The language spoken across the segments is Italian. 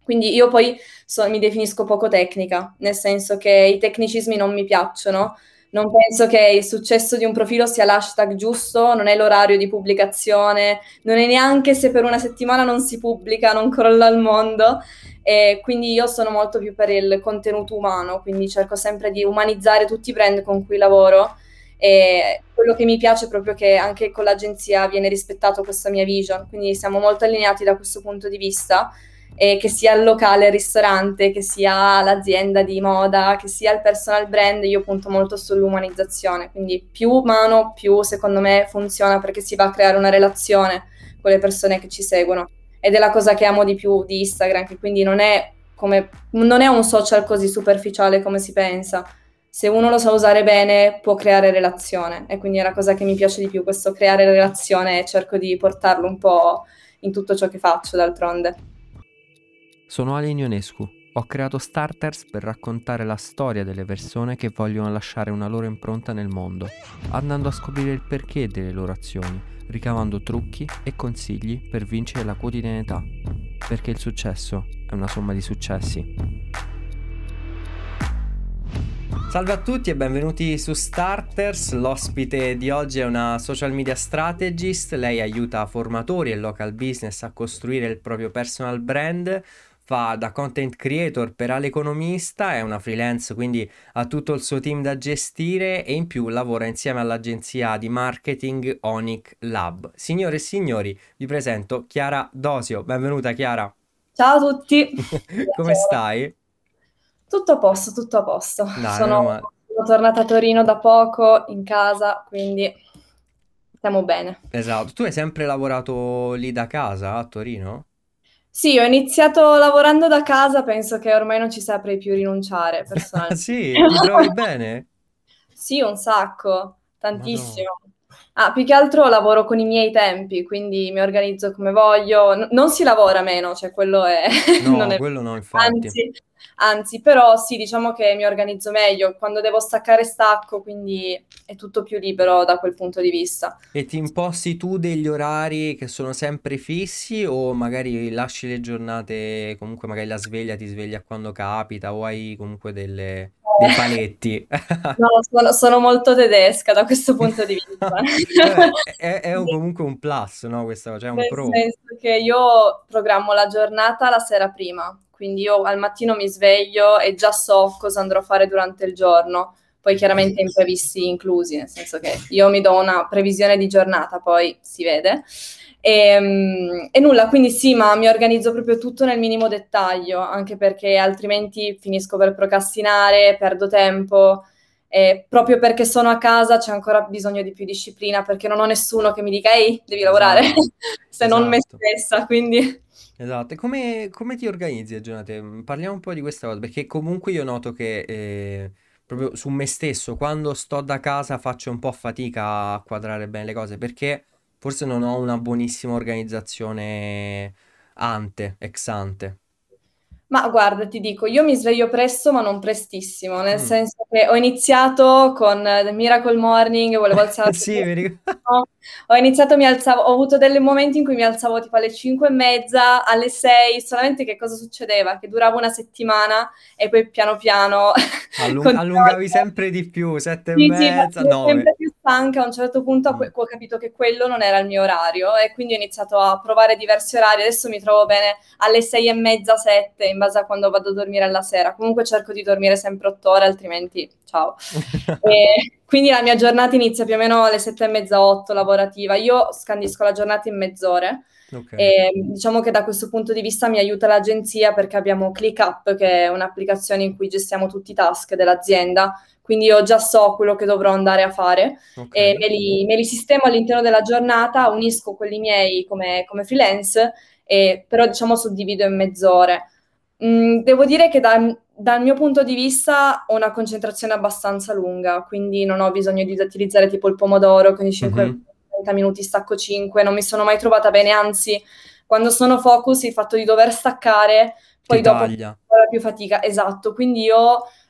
Quindi io poi mi definisco poco tecnica, nel senso che i tecnicismi non mi piacciono. Non penso che il successo di un profilo sia l'hashtag giusto, non è l'orario di pubblicazione, non è neanche se per una settimana non si pubblica, non crolla il mondo. E quindi io sono molto più per il contenuto umano, quindi cerco sempre di umanizzare tutti i brand con cui lavoro. E quello che mi piace è proprio che anche con l'agenzia viene rispettato questa mia vision, quindi siamo molto allineati da questo punto di vista, e che sia il locale, il ristorante, che sia l'azienda di moda, che sia il personal brand, io punto molto sull'umanizzazione, quindi più umano, più secondo me funziona perché si va a creare una relazione con le persone che ci seguono. Ed è la cosa che amo di più di Instagram, che quindi non è un social così superficiale come si pensa. Se uno lo sa usare bene, può creare relazione. E quindi è la cosa che mi piace di più, questo creare relazione, e cerco di portarlo un po' in tutto ciò che faccio, d'altronde. Sono Ale Ionescu. Ho creato Starters per raccontare la storia delle persone che vogliono lasciare una loro impronta nel mondo, andando a scoprire il perché delle loro azioni, ricavando trucchi e consigli per vincere la quotidianità. Perché il successo è una somma di successi. Salve a tutti e benvenuti su Starters. L'ospite di oggi è una social media strategist. Lei aiuta formatori e local business a costruire il proprio personal brand. Fa da content creator per Al'Economista, è una freelance, quindi ha tutto il suo team da gestire e in più lavora insieme all'agenzia di marketing Onic Lab. Signore e signori, vi presento Chiara Dosio. Benvenuta Chiara. Ciao a tutti. Come Piacere. stai? Tutto a posto, tutto a posto. Dai, Sono, meno male. sono tornata a Torino da poco, in casa, quindi stiamo bene. Esatto, tu hai sempre lavorato lì da casa a Torino? Sì, ho iniziato lavorando da casa, penso che ormai non ci saprei più rinunciare, Ah personalmente. sì, ti trovi bene? Sì, un sacco, Madonna. tantissimo. Ah, più che altro lavoro con i miei tempi, quindi mi organizzo come voglio. Non si lavora meno, cioè quello è... non No, è... quello no, infatti. Anzi, anzi, però sì, diciamo che mi organizzo meglio. Quando devo staccare stacco, quindi è tutto più libero da quel punto di vista. E ti imposti tu degli orari che sono sempre fissi o magari lasci le giornate, comunque magari la sveglia ti sveglia quando capita o hai comunque dei paletti? No, sono molto tedesca da questo punto di vista. Vabbè, comunque un plus, no? Questa cosa, cioè un Nel pro. senso che io programmo la giornata la sera prima, quindi io al mattino mi sveglio e già so cosa andrò a fare durante il giorno, poi Ok. chiaramente imprevisti inclusi, nel senso che io mi do una previsione di giornata, poi si vede. E nulla, quindi sì, ma mi organizzo proprio tutto nel minimo dettaglio, anche perché altrimenti finisco per procrastinare, perdo tempo. E proprio perché sono a casa c'è ancora bisogno di più disciplina, perché non ho nessuno che mi dica ehi, devi lavorare, Esatto, se non me esatto. stessa, quindi... Esatto, e come ti organizzi a giornate? Parliamo un po' di questa cosa, perché comunque io noto che proprio su me stesso, quando sto da casa faccio un po' fatica a quadrare bene le cose, perché forse non ho una buonissima organizzazione ex ante. Ma guarda, ti dico, io mi sveglio presto, ma non prestissimo, nel Mm. senso che ho iniziato con The Miracle Morning, volevo alzarmi Sì, prestissimo. Ho iniziato, ho avuto dei momenti in cui mi alzavo tipo alle 5:30, alle 6, solamente che cosa succedeva? Che durava una settimana e poi piano piano continuavo. Allungavi sempre di più, sette e Sì, sì, ma mezza, ero sempre 9. più stanca. A un certo punto Mm. ho capito che quello non era il mio orario e quindi ho iniziato a provare diversi orari. Adesso mi trovo bene alle 6:30, 7, in base a quando vado a dormire alla sera. Comunque cerco di dormire sempre 8 ore, altrimenti ciao. E quindi la mia giornata inizia più o meno alle 7:30, 8 lavorativa. Io scandisco la giornata in mezz'ore. Ok. E diciamo che da questo punto di vista mi aiuta l'agenzia perché abbiamo ClickUp, che è un'applicazione in cui gestiamo tutti i task dell'azienda, quindi io già so quello che dovrò andare a fare Ok. e me li sistemo all'interno della giornata, unisco quelli miei come freelance, però diciamo suddivido in mezz'ore. Devo dire che dal mio punto di vista ho una concentrazione abbastanza lunga, quindi non ho bisogno di utilizzare tipo il pomodoro con i 5 Mhm. 30 minuti stacco 5, non mi sono mai trovata bene, anzi, quando sono focus il fatto di dover staccare, Ti poi dopo taglia. ancora più fatica, esatto, quindi io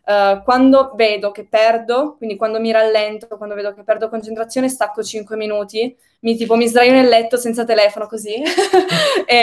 Quando vedo che perdo, quindi quando mi rallento, quando vedo che perdo concentrazione, stacco 5 minuti, mi sdraio nel letto senza telefono così. E...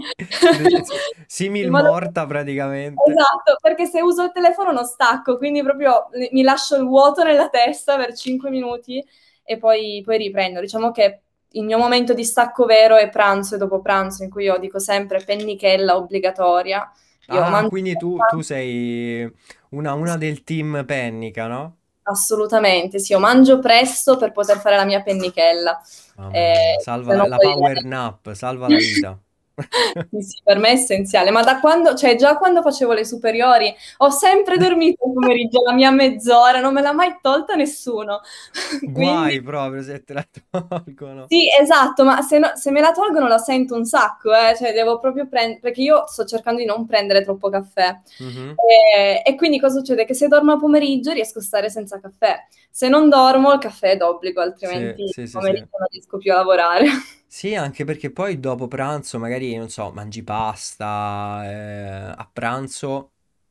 Simil in modo morta praticamente. Esatto, perché se uso il telefono non stacco, quindi proprio mi lascio il vuoto nella testa per 5 minuti e poi riprendo. Diciamo che il mio momento di stacco vero è pranzo e dopo pranzo, in cui io dico sempre pennichella obbligatoria. Io Ah, mangio quindi tu sei una del team Pennica, no? assolutamente, sì, io mangio presto per poter fare la mia pennichella. Mamma mia, Se salva no la poi... power nap, salva la vita. Sì, sì, per me è essenziale, ma da quando, cioè già quando facevo le superiori, ho sempre dormito il pomeriggio, la mia mezz'ora, non me l'ha mai tolta nessuno. Quindi Guai proprio se te la tolgono. sì, esatto, ma se me la tolgono la sento un sacco, cioè devo proprio prendere, perché io sto cercando di non prendere troppo caffè. Mhm. E quindi cosa succede? Che se dormo a pomeriggio riesco a stare senza caffè. Se non dormo il caffè è d'obbligo, Sì, altrimenti il sì, sì, sì. pomeriggio non riesco più a lavorare. Sì, anche perché poi dopo pranzo magari, non so, mangi pasta, a pranzo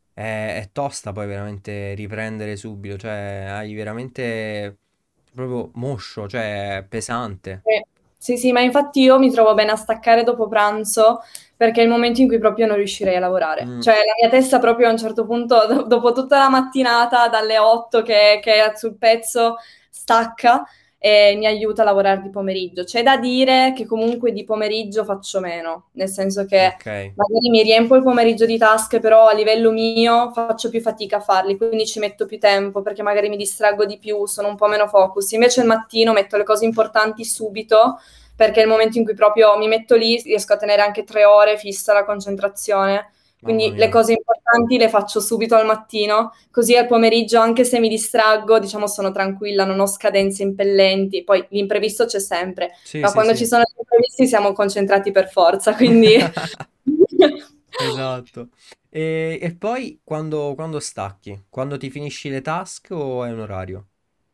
è tosta poi veramente riprendere subito, cioè hai veramente proprio moscio, cioè pesante. Sì, sì, ma infatti io mi trovo bene a staccare dopo pranzo perché è il momento in cui proprio non riuscirei a lavorare. Mm, Cioè la mia testa proprio a un certo punto, dopo tutta la mattinata, dalle 8 che è sul pezzo, stacca e mi aiuta a lavorare di pomeriggio. C'è da dire che comunque di pomeriggio faccio meno, nel senso che ok. magari mi riempo il pomeriggio di task, però a livello mio faccio più fatica a farli, quindi ci metto più tempo perché magari mi distraggo di più, sono un po' meno focus. Invece il mattino metto le cose importanti subito perché è il momento in cui proprio mi metto lì, riesco a tenere anche 3 ore fissa la concentrazione. Mamma Quindi le mia. cose importanti le faccio subito al mattino, così al pomeriggio, anche se mi distraggo, diciamo sono tranquilla, non ho scadenze impellenti. Poi l'imprevisto c'è sempre, Sì, ma sì, quando ci sì. sono gli imprevisti siamo concentrati per forza, quindi... Esatto. E poi quando stacchi? Quando ti finisci le task o hai un orario?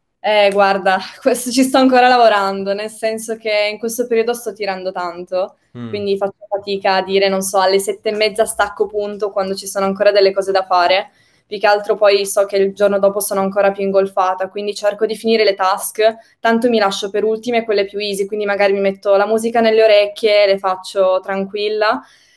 Guarda, questo ci sto ancora lavorando, nel senso che in questo periodo sto tirando tanto, Mm, quindi faccio fatica a dire, non so, alle 7:30 stacco punto quando ci sono ancora delle cose da fare. Più che altro poi so che il giorno dopo sono ancora più ingolfata, quindi cerco di finire le task, tanto mi lascio per ultime quelle più easy, quindi magari mi metto la musica nelle orecchie, le faccio tranquilla.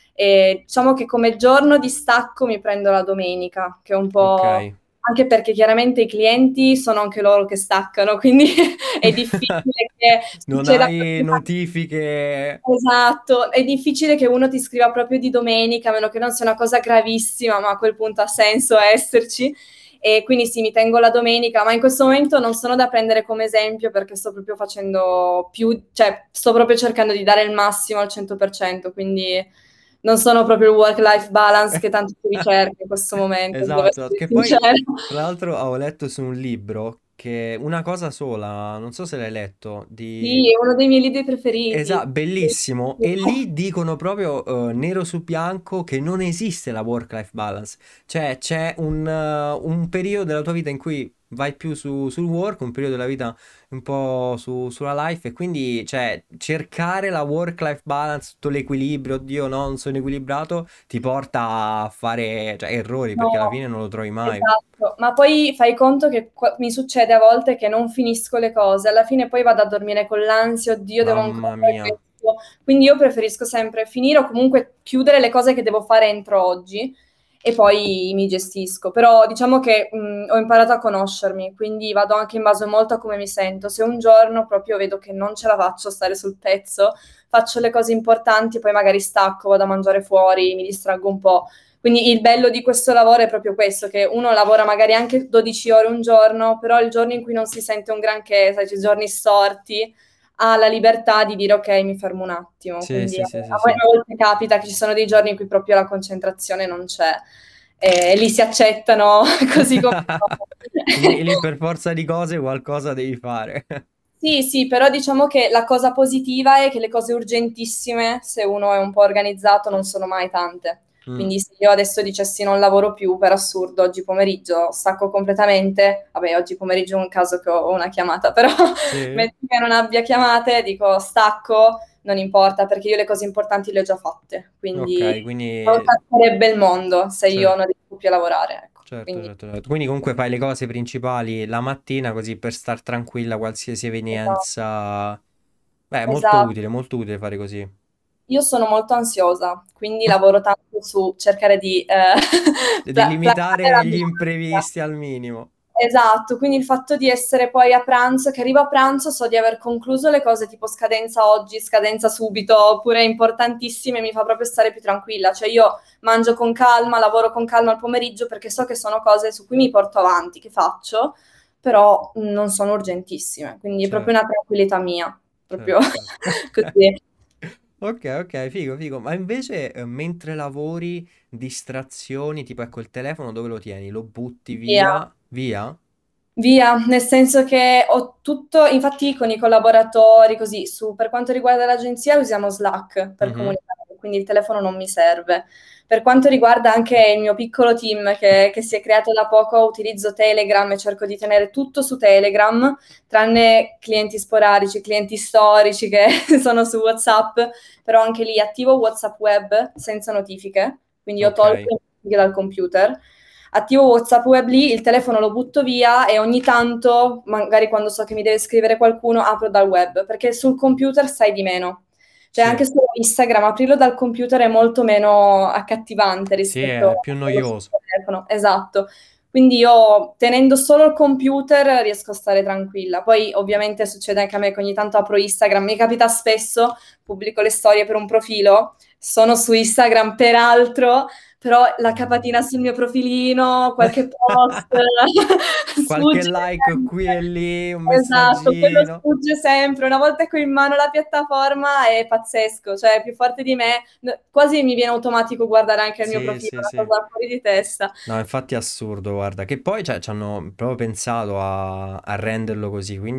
E diciamo che come giorno di stacco mi prendo la domenica, che è un po'... ok. Anche perché chiaramente i clienti sono anche loro che staccano, quindi è difficile che Non succeda hai così. notifiche. Esatto, è difficile che uno ti scriva proprio di domenica, a meno che non sia una cosa gravissima, ma a quel punto ha senso esserci. E quindi sì, mi tengo la domenica, ma in questo momento non sono da prendere come esempio perché sto proprio facendo più, cioè sto proprio cercando di dare il massimo al 100%, quindi non sono proprio il work-life balance che tanto si ricerca in questo momento, se devo Esatto, essere che poi sincera. tra l'altro avevo letto su un libro che una cosa sola, non so se l'hai letto, di... Sì, è uno dei miei libri preferiti. Esatto, bellissimo. E lì dicono proprio nero su bianco che non esiste la work-life balance. Cioè c'è un periodo della tua vita in cui vai più sul work, un periodo della vita un po' sulla life e quindi cioè, cercare la work-life balance, tutto l'equilibrio, oddio no, non sono equilibrato, ti porta a fare cioè, errori perché alla No, fine non lo trovi mai. esatto, ma poi fai conto che mi succede a volte che non finisco le cose, alla fine poi vado a dormire con l'ansia, oddio, devo ancora Mamma fare mia. questo. Quindi io preferisco sempre finire o comunque chiudere le cose che devo fare entro oggi e poi mi gestisco. Però diciamo che ho imparato a conoscermi, quindi vado anche in base molto a come mi sento. Se un giorno proprio vedo che non ce la faccio a stare sul pezzo, faccio le cose importanti e poi magari stacco, vado a mangiare fuori, mi distraggo un po'. Quindi il bello di questo lavoro è proprio questo, che uno lavora magari anche 12 ore un giorno, però il giorno in cui non si sente un granché, sai, c'è giorni storti, ha la libertà di dire ok, mi fermo un attimo. Sì, Quindi sì, a sì, sì, me sì. a volte capita che ci sono dei giorni in cui proprio la concentrazione non c'è e lì si accettano così come sono. Lì per forza di cose qualcosa devi fare. Sì, sì, però diciamo che la cosa positiva è che le cose urgentissime, se uno è un po' organizzato, non sono mai tante. Mm, Quindi se io adesso dicessi non lavoro più, per assurdo, oggi pomeriggio stacco completamente, vabbè, oggi pomeriggio è un caso che ho una chiamata, però sì? metti che non abbia chiamate, dico stacco, non importa, perché io le cose importanti le ho già fatte, quindi Ok, non quindi cambierebbe il mondo se io cioè, non riesco più a lavorare, ecco. Certo, Quindi, certo, certo. Quindi comunque fai le cose principali la mattina così per star tranquilla qualsiasi esatto. evenienza. Beh, è Esatto. molto utile fare così. Io sono molto ansiosa, quindi lavoro tanto su cercare di Di placare la limitare gli mia ansia. imprevisti al minimo. Esatto, quindi il fatto di essere poi a pranzo, che arrivo a pranzo, so di aver concluso le cose tipo scadenza oggi, scadenza subito, oppure importantissime, mi fa proprio stare più tranquilla. Cioè io mangio con calma, lavoro con calma al pomeriggio perché so che sono cose su cui mi porto avanti, che faccio, però non sono urgentissime, quindi è proprio una Certo, tranquillità mia, proprio certo, certo. così. Ok, ok, figo, figo. Ma invece mentre lavori, distrazioni, tipo ecco il telefono dove lo tieni? Lo butti Via. via? Via? Via, nel senso che ho tutto, infatti con i collaboratori, così, per quanto riguarda l'agenzia usiamo Slack per Mhm. comunicare, quindi il telefono non mi serve. Per quanto riguarda anche il mio piccolo team che si è creato da poco, utilizzo Telegram e cerco di tenere tutto su Telegram, tranne clienti sporadici, clienti storici che sono su WhatsApp, però anche lì attivo WhatsApp web senza notifiche, quindi io tolgo Ok. le notifiche dal computer. Attivo WhatsApp web lì, il telefono lo butto via e ogni tanto, magari quando so che mi deve scrivere qualcuno, apro dal web, perché sul computer sai di meno. Cioè Sì, anche solo Instagram, aprirlo dal computer è molto meno accattivante sì, rispetto è a più quello sul noioso. telefono. Esatto. Quindi io tenendo solo il computer riesco a stare tranquilla. Poi ovviamente succede anche a me che ogni tanto apro Instagram, mi capita spesso, pubblico le storie per un profilo, sono su Instagram per altro, però la capatina sul mio profilino, qualche post Qualche sfugge like sempre. qui e lì, un Esatto, quello messaggino. sfugge sempre. Una volta che ho in mano la piattaforma è pazzesco, cioè è più forte di me. Quasi mi viene automatico guardare anche il mio Sì, profilo, sì, una sì. cosa fuori di testa. No, infatti è assurdo, guarda, che poi cioè, ci hanno proprio pensato a renderlo così, quindi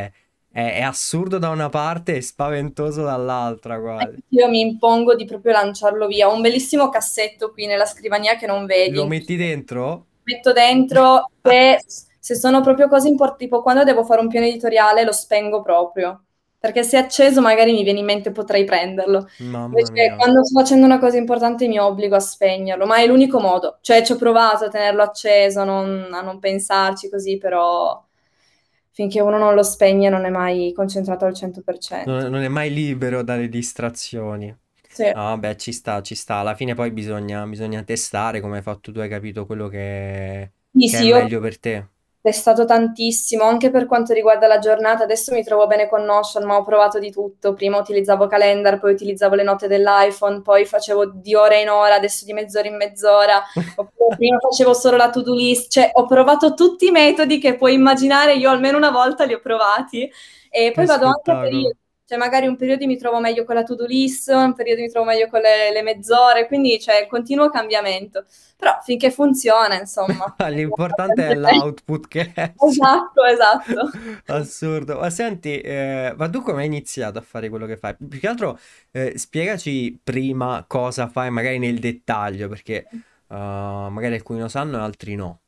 è assurdo da una parte e spaventoso dall'altra, quasi. Io mi impongo di proprio lanciarlo via. Ho un bellissimo cassetto qui nella scrivania che non vedi, Lo in cui metti dentro? metto dentro se sono proprio cose importanti, tipo quando devo fare un piano editoriale lo spengo proprio, perché se è acceso magari mi viene in mente potrei prenderlo. Mamma Invece mia. quando sto facendo una cosa importante mi obbligo a spegnerlo, ma è l'unico modo. Cioè ci ho provato a tenerlo acceso, a non pensarci così, però finché uno non lo spegne non è mai concentrato al 100%. Non è mai libero dalle distrazioni. Sì. No, vabbè, ci sta, ci sta. Alla fine poi bisogna testare, come hai fatto tu, hai capito quello Sì, che è sì, io ho meglio per te. testato tantissimo, anche per quanto riguarda la giornata. Adesso mi trovo bene con Notion, ma ho provato di tutto. Prima utilizzavo Calendar, poi utilizzavo le note dell'iPhone, poi facevo di ora in ora, adesso di mezz'ora in mezz'ora. Oppure prima facevo solo la to-do list. Cioè, ho provato tutti i metodi che puoi immaginare, io almeno una volta li ho provati. E Che poi vado anche a spettacolo. periodi. Cioè, magari un periodo mi trovo meglio con la to-do list, un periodo mi trovo meglio con le mezz'ore, quindi c'è continuo cambiamento. Però finché funziona, insomma. L'importante è l'output che esce. Esatto, esatto. Assurdo. Ma senti, ma tu come hai iniziato a fare quello che fai? Più che altro, spiegaci prima cosa fai, magari nel dettaglio, perché magari alcuni lo sanno e altri no.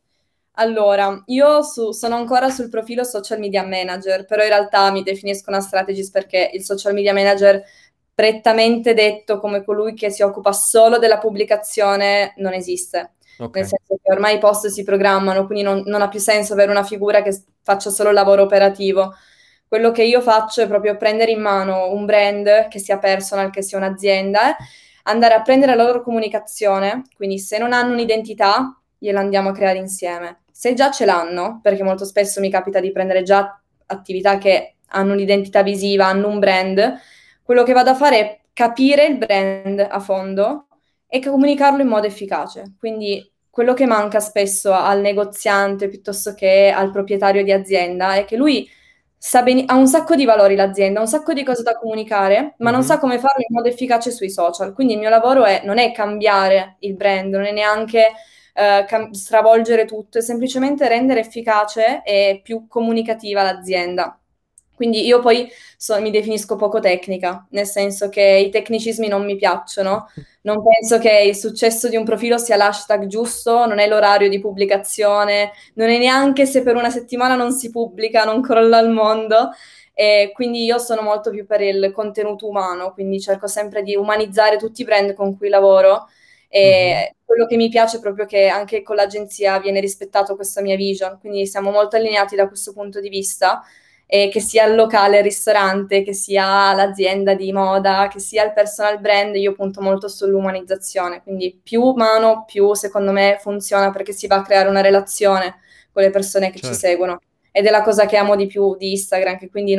Allora, sono ancora sul profilo social media manager, però in realtà mi definisco una strategist perché il social media manager, prettamente detto come colui che si occupa solo della pubblicazione, non esiste. Ok. Nel senso che ormai i post si programmano, quindi non ha più senso avere una figura che faccia solo il lavoro operativo. Quello che io faccio è proprio prendere in mano un brand, che sia personal, che sia un'azienda, andare a prendere la loro comunicazione, quindi se non hanno un'identità, gliela andiamo a creare insieme. Se già ce l'hanno, perché molto spesso mi capita di prendere già attività che hanno un'identità visiva, hanno un brand, quello che vado a fare è capire il brand a fondo e comunicarlo in modo efficace. Quindi quello che manca spesso al negoziante piuttosto che al proprietario di azienda è che lui ha un sacco di valori l'azienda, ha un sacco di cose da comunicare, ma non sa Mhm. come farlo in modo efficace sui social. Quindi il mio lavoro non è cambiare il brand, non è neanche stravolgere tutto, è semplicemente rendere efficace e più comunicativa l'azienda. Quindi io poi mi definisco poco tecnica, nel senso che i tecnicismi non mi piacciono. Non penso che il successo di un profilo sia l'hashtag giusto, non è l'orario di pubblicazione, non è neanche se per una settimana non si pubblica, non crolla il mondo. E quindi io sono molto più per il contenuto umano, quindi cerco sempre di umanizzare tutti i brand con cui lavoro Mhm. quello che mi piace è proprio che anche con l'agenzia viene rispettato questa mia vision, quindi siamo molto allineati da questo punto di vista, e che sia il locale, il ristorante, che sia l'azienda di moda, che sia il personal brand, io punto molto sull'umanizzazione, quindi più umano, più secondo me funziona perché si va a creare una relazione con le persone che ci Certo. seguono. Ed è la cosa che amo di più di Instagram, che quindi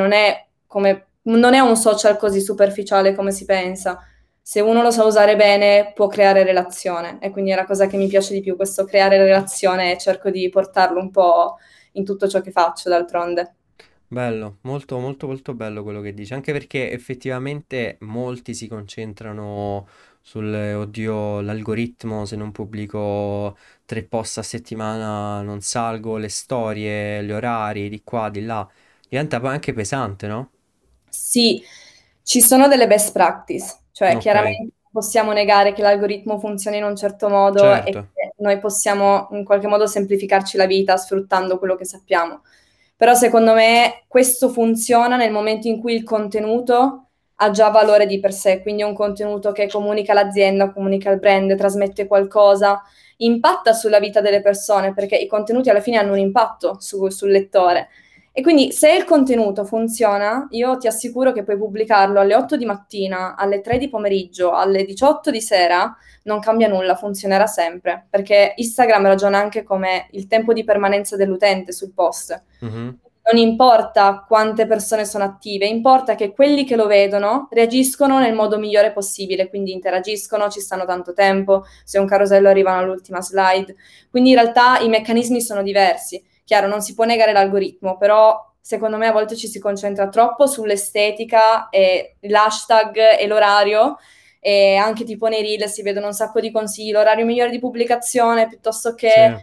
non è un social così superficiale come si pensa. Se uno lo sa usare bene, può creare relazione. E quindi è la cosa che mi piace di più, questo creare relazione, e cerco di portarlo un po' in tutto ciò che faccio, d'altronde. Bello, molto molto molto bello quello che dici, anche perché effettivamente molti si concentrano sul, oddio, l'algoritmo, se non pubblico 3 post a settimana non salgo, le storie, gli orari, di qua, di là, diventa poi anche pesante, no? Sì, ci sono delle best practice, cioè Ok, chiaramente possiamo negare che l'algoritmo funzioni in un certo modo e certo, che noi possiamo in qualche modo semplificarci la vita sfruttando quello che sappiamo. Però secondo me questo funziona nel momento in cui il contenuto ha già valore di per sé, quindi è un contenuto che comunica l'azienda, comunica il brand, trasmette qualcosa, impatta sulla vita delle persone, perché i contenuti alla fine hanno un impatto sul lettore. E quindi se il contenuto funziona, io ti assicuro che puoi pubblicarlo alle 8 di mattina, alle 3 di pomeriggio, alle 18 di sera, non cambia nulla, funzionerà sempre, perché Instagram ragiona anche come il tempo di permanenza dell'utente sul post. mhm, Non importa quante persone sono attive, importa che quelli che lo vedono reagiscono nel modo migliore possibile, quindi interagiscono, ci stanno tanto tempo, se è un carosello arrivano all'ultima slide. Quindi in realtà i meccanismi sono diversi. Chiaro, non si può negare l'algoritmo, però secondo me a volte ci si concentra troppo sull'estetica e l'hashtag e l'orario, e anche tipo nei reel si vedono un sacco di consigli, l'orario migliore di pubblicazione piuttosto sì, che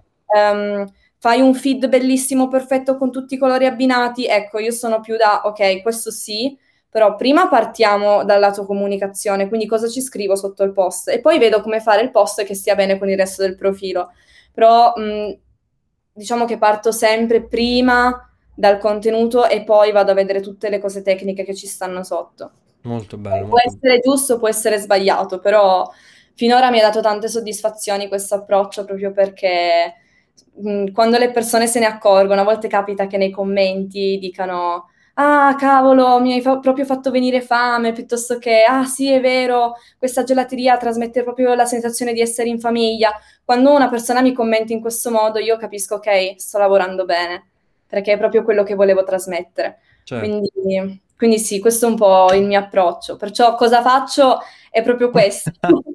fai un feed bellissimo, perfetto con tutti i colori abbinati. Ecco, io sono più da, ok, questo sì, però prima partiamo dal lato comunicazione, quindi cosa ci scrivo sotto il post e poi vedo come fare il post che stia bene con il resto del profilo. Però diciamo che parto sempre prima dal contenuto e poi vado a vedere tutte le cose tecniche che ci stanno sotto. molto bello, Può molto. essere giusto, può essere sbagliato, però finora mi ha dato tante soddisfazioni questo approccio proprio perché quando le persone se ne accorgono, a volte capita che nei commenti dicano ah, cavolo, mi hai proprio fatto venire fame, piuttosto che ah, sì, è vero, questa gelateria trasmette proprio la sensazione di essere in famiglia. Quando una persona mi commenta in questo modo, io capisco, ok, sto lavorando bene, perché è proprio quello che volevo trasmettere. Certo. Quindi sì, questo è un po' il mio approccio. Perciò cosa faccio è proprio questo.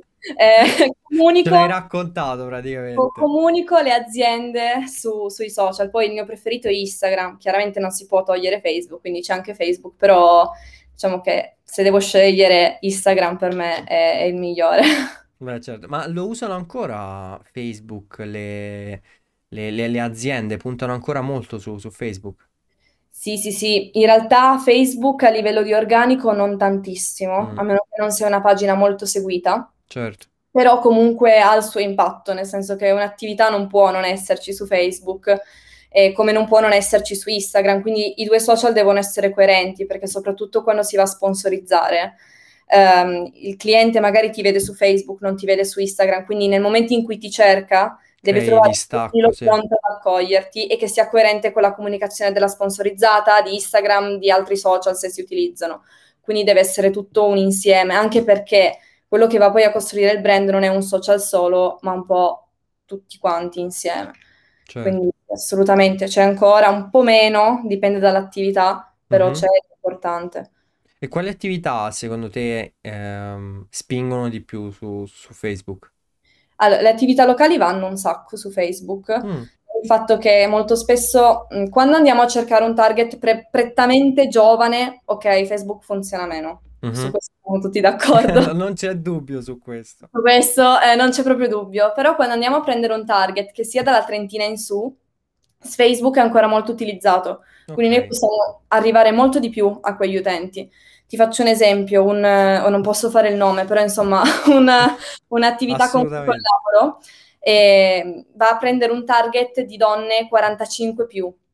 Ce l'hai Comunico, raccontato praticamente. comunico le aziende sui social. Poi il mio preferito è Instagram. Chiaramente non si può togliere Facebook, quindi c'è anche Facebook, però diciamo che se devo scegliere Instagram per me è il migliore. Beh, certo, ma lo usano ancora Facebook, le aziende puntano ancora molto su Facebook. Sì, sì, sì, in realtà Facebook a livello di organico non tantissimo, Mm, a meno che non sia una pagina molto seguita, certo, però comunque ha il suo impatto, nel senso che un'attività non può non esserci su Facebook, come non può non esserci su Instagram, quindi i due social devono essere coerenti, perché soprattutto quando si va a sponsorizzare, il cliente magari ti vede su Facebook, non ti vede su Instagram, quindi nel momento in cui ti cerca deve crei trovare un distacco, profilo sì, pronto ad accoglierti e che sia coerente con la comunicazione della sponsorizzata, di Instagram, di altri social se si utilizzano. Quindi deve essere tutto un insieme, anche perché quello che va poi a costruire il brand non è un social solo, ma un po' tutti quanti insieme. certo. Quindi assolutamente c'è ancora un po' meno, dipende dall'attività, però c'è Mhm. importante. E quali attività secondo te spingono di più su Facebook? Allora, le attività locali vanno un sacco su Facebook. Mm, Il fatto che molto spesso, quando andiamo a cercare un target prettamente giovane, ok, Facebook funziona meno. Su mhm. questo siamo tutti d'accordo. Non c'è dubbio su questo. Su questo non c'è proprio dubbio. Però quando andiamo a prendere un target che sia dalla trentina in su, Facebook è ancora molto utilizzato. Quindi noi Ok, possiamo arrivare molto di più a quegli utenti. Ti faccio un esempio, o non posso fare il nome, però insomma, un'attività con cui assolutamente. collaboro va a prendere un target di donne 45 più.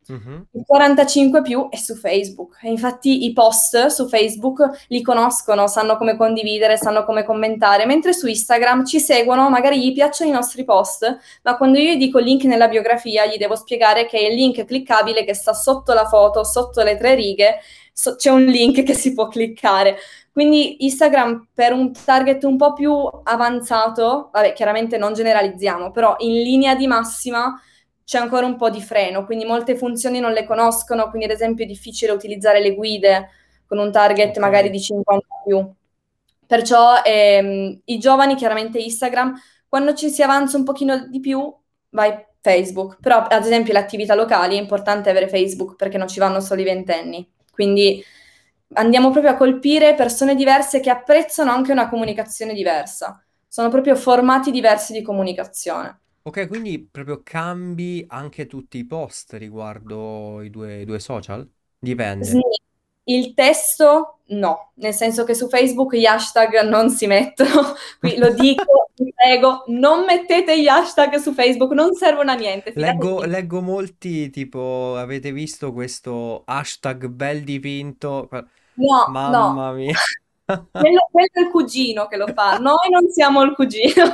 Mhm. Il 45 più è su Facebook. E infatti i post su Facebook li conoscono, sanno come condividere, sanno come commentare, mentre su Instagram ci seguono, magari gli piacciono i nostri post, ma quando io gli dico link nella biografia, gli devo spiegare che è il link cliccabile che sta sotto la foto, sotto le 3 righe, c'è un link che si può cliccare. Quindi Instagram per un target un po' più avanzato, vabbè, chiaramente non generalizziamo, però in linea di massima c'è ancora un po' di freno, quindi molte funzioni non le conoscono, quindi ad esempio è difficile utilizzare le guide con un target Ok. magari di 50 più. Perciò i giovani, chiaramente Instagram, quando ci si avanza un pochino di più, vai Facebook. Però ad esempio le attività locali è importante avere Facebook perché non ci vanno solo i ventenni. Quindi andiamo proprio a colpire persone diverse che apprezzano anche una comunicazione diversa. Sono proprio formati diversi di comunicazione. Ok, quindi proprio cambi anche tutti i post riguardo i due social? Dipende. Il testo no, nel senso che su Facebook gli hashtag non si mettono, qui lo dico, vi prego, non mettete gli hashtag su Facebook, non servono a niente, fidatevi di me. Leggo molti, tipo, avete visto questo hashtag bel dipinto? No, no, Mamma mia. quello è il cugino che lo fa, noi non siamo il cugino.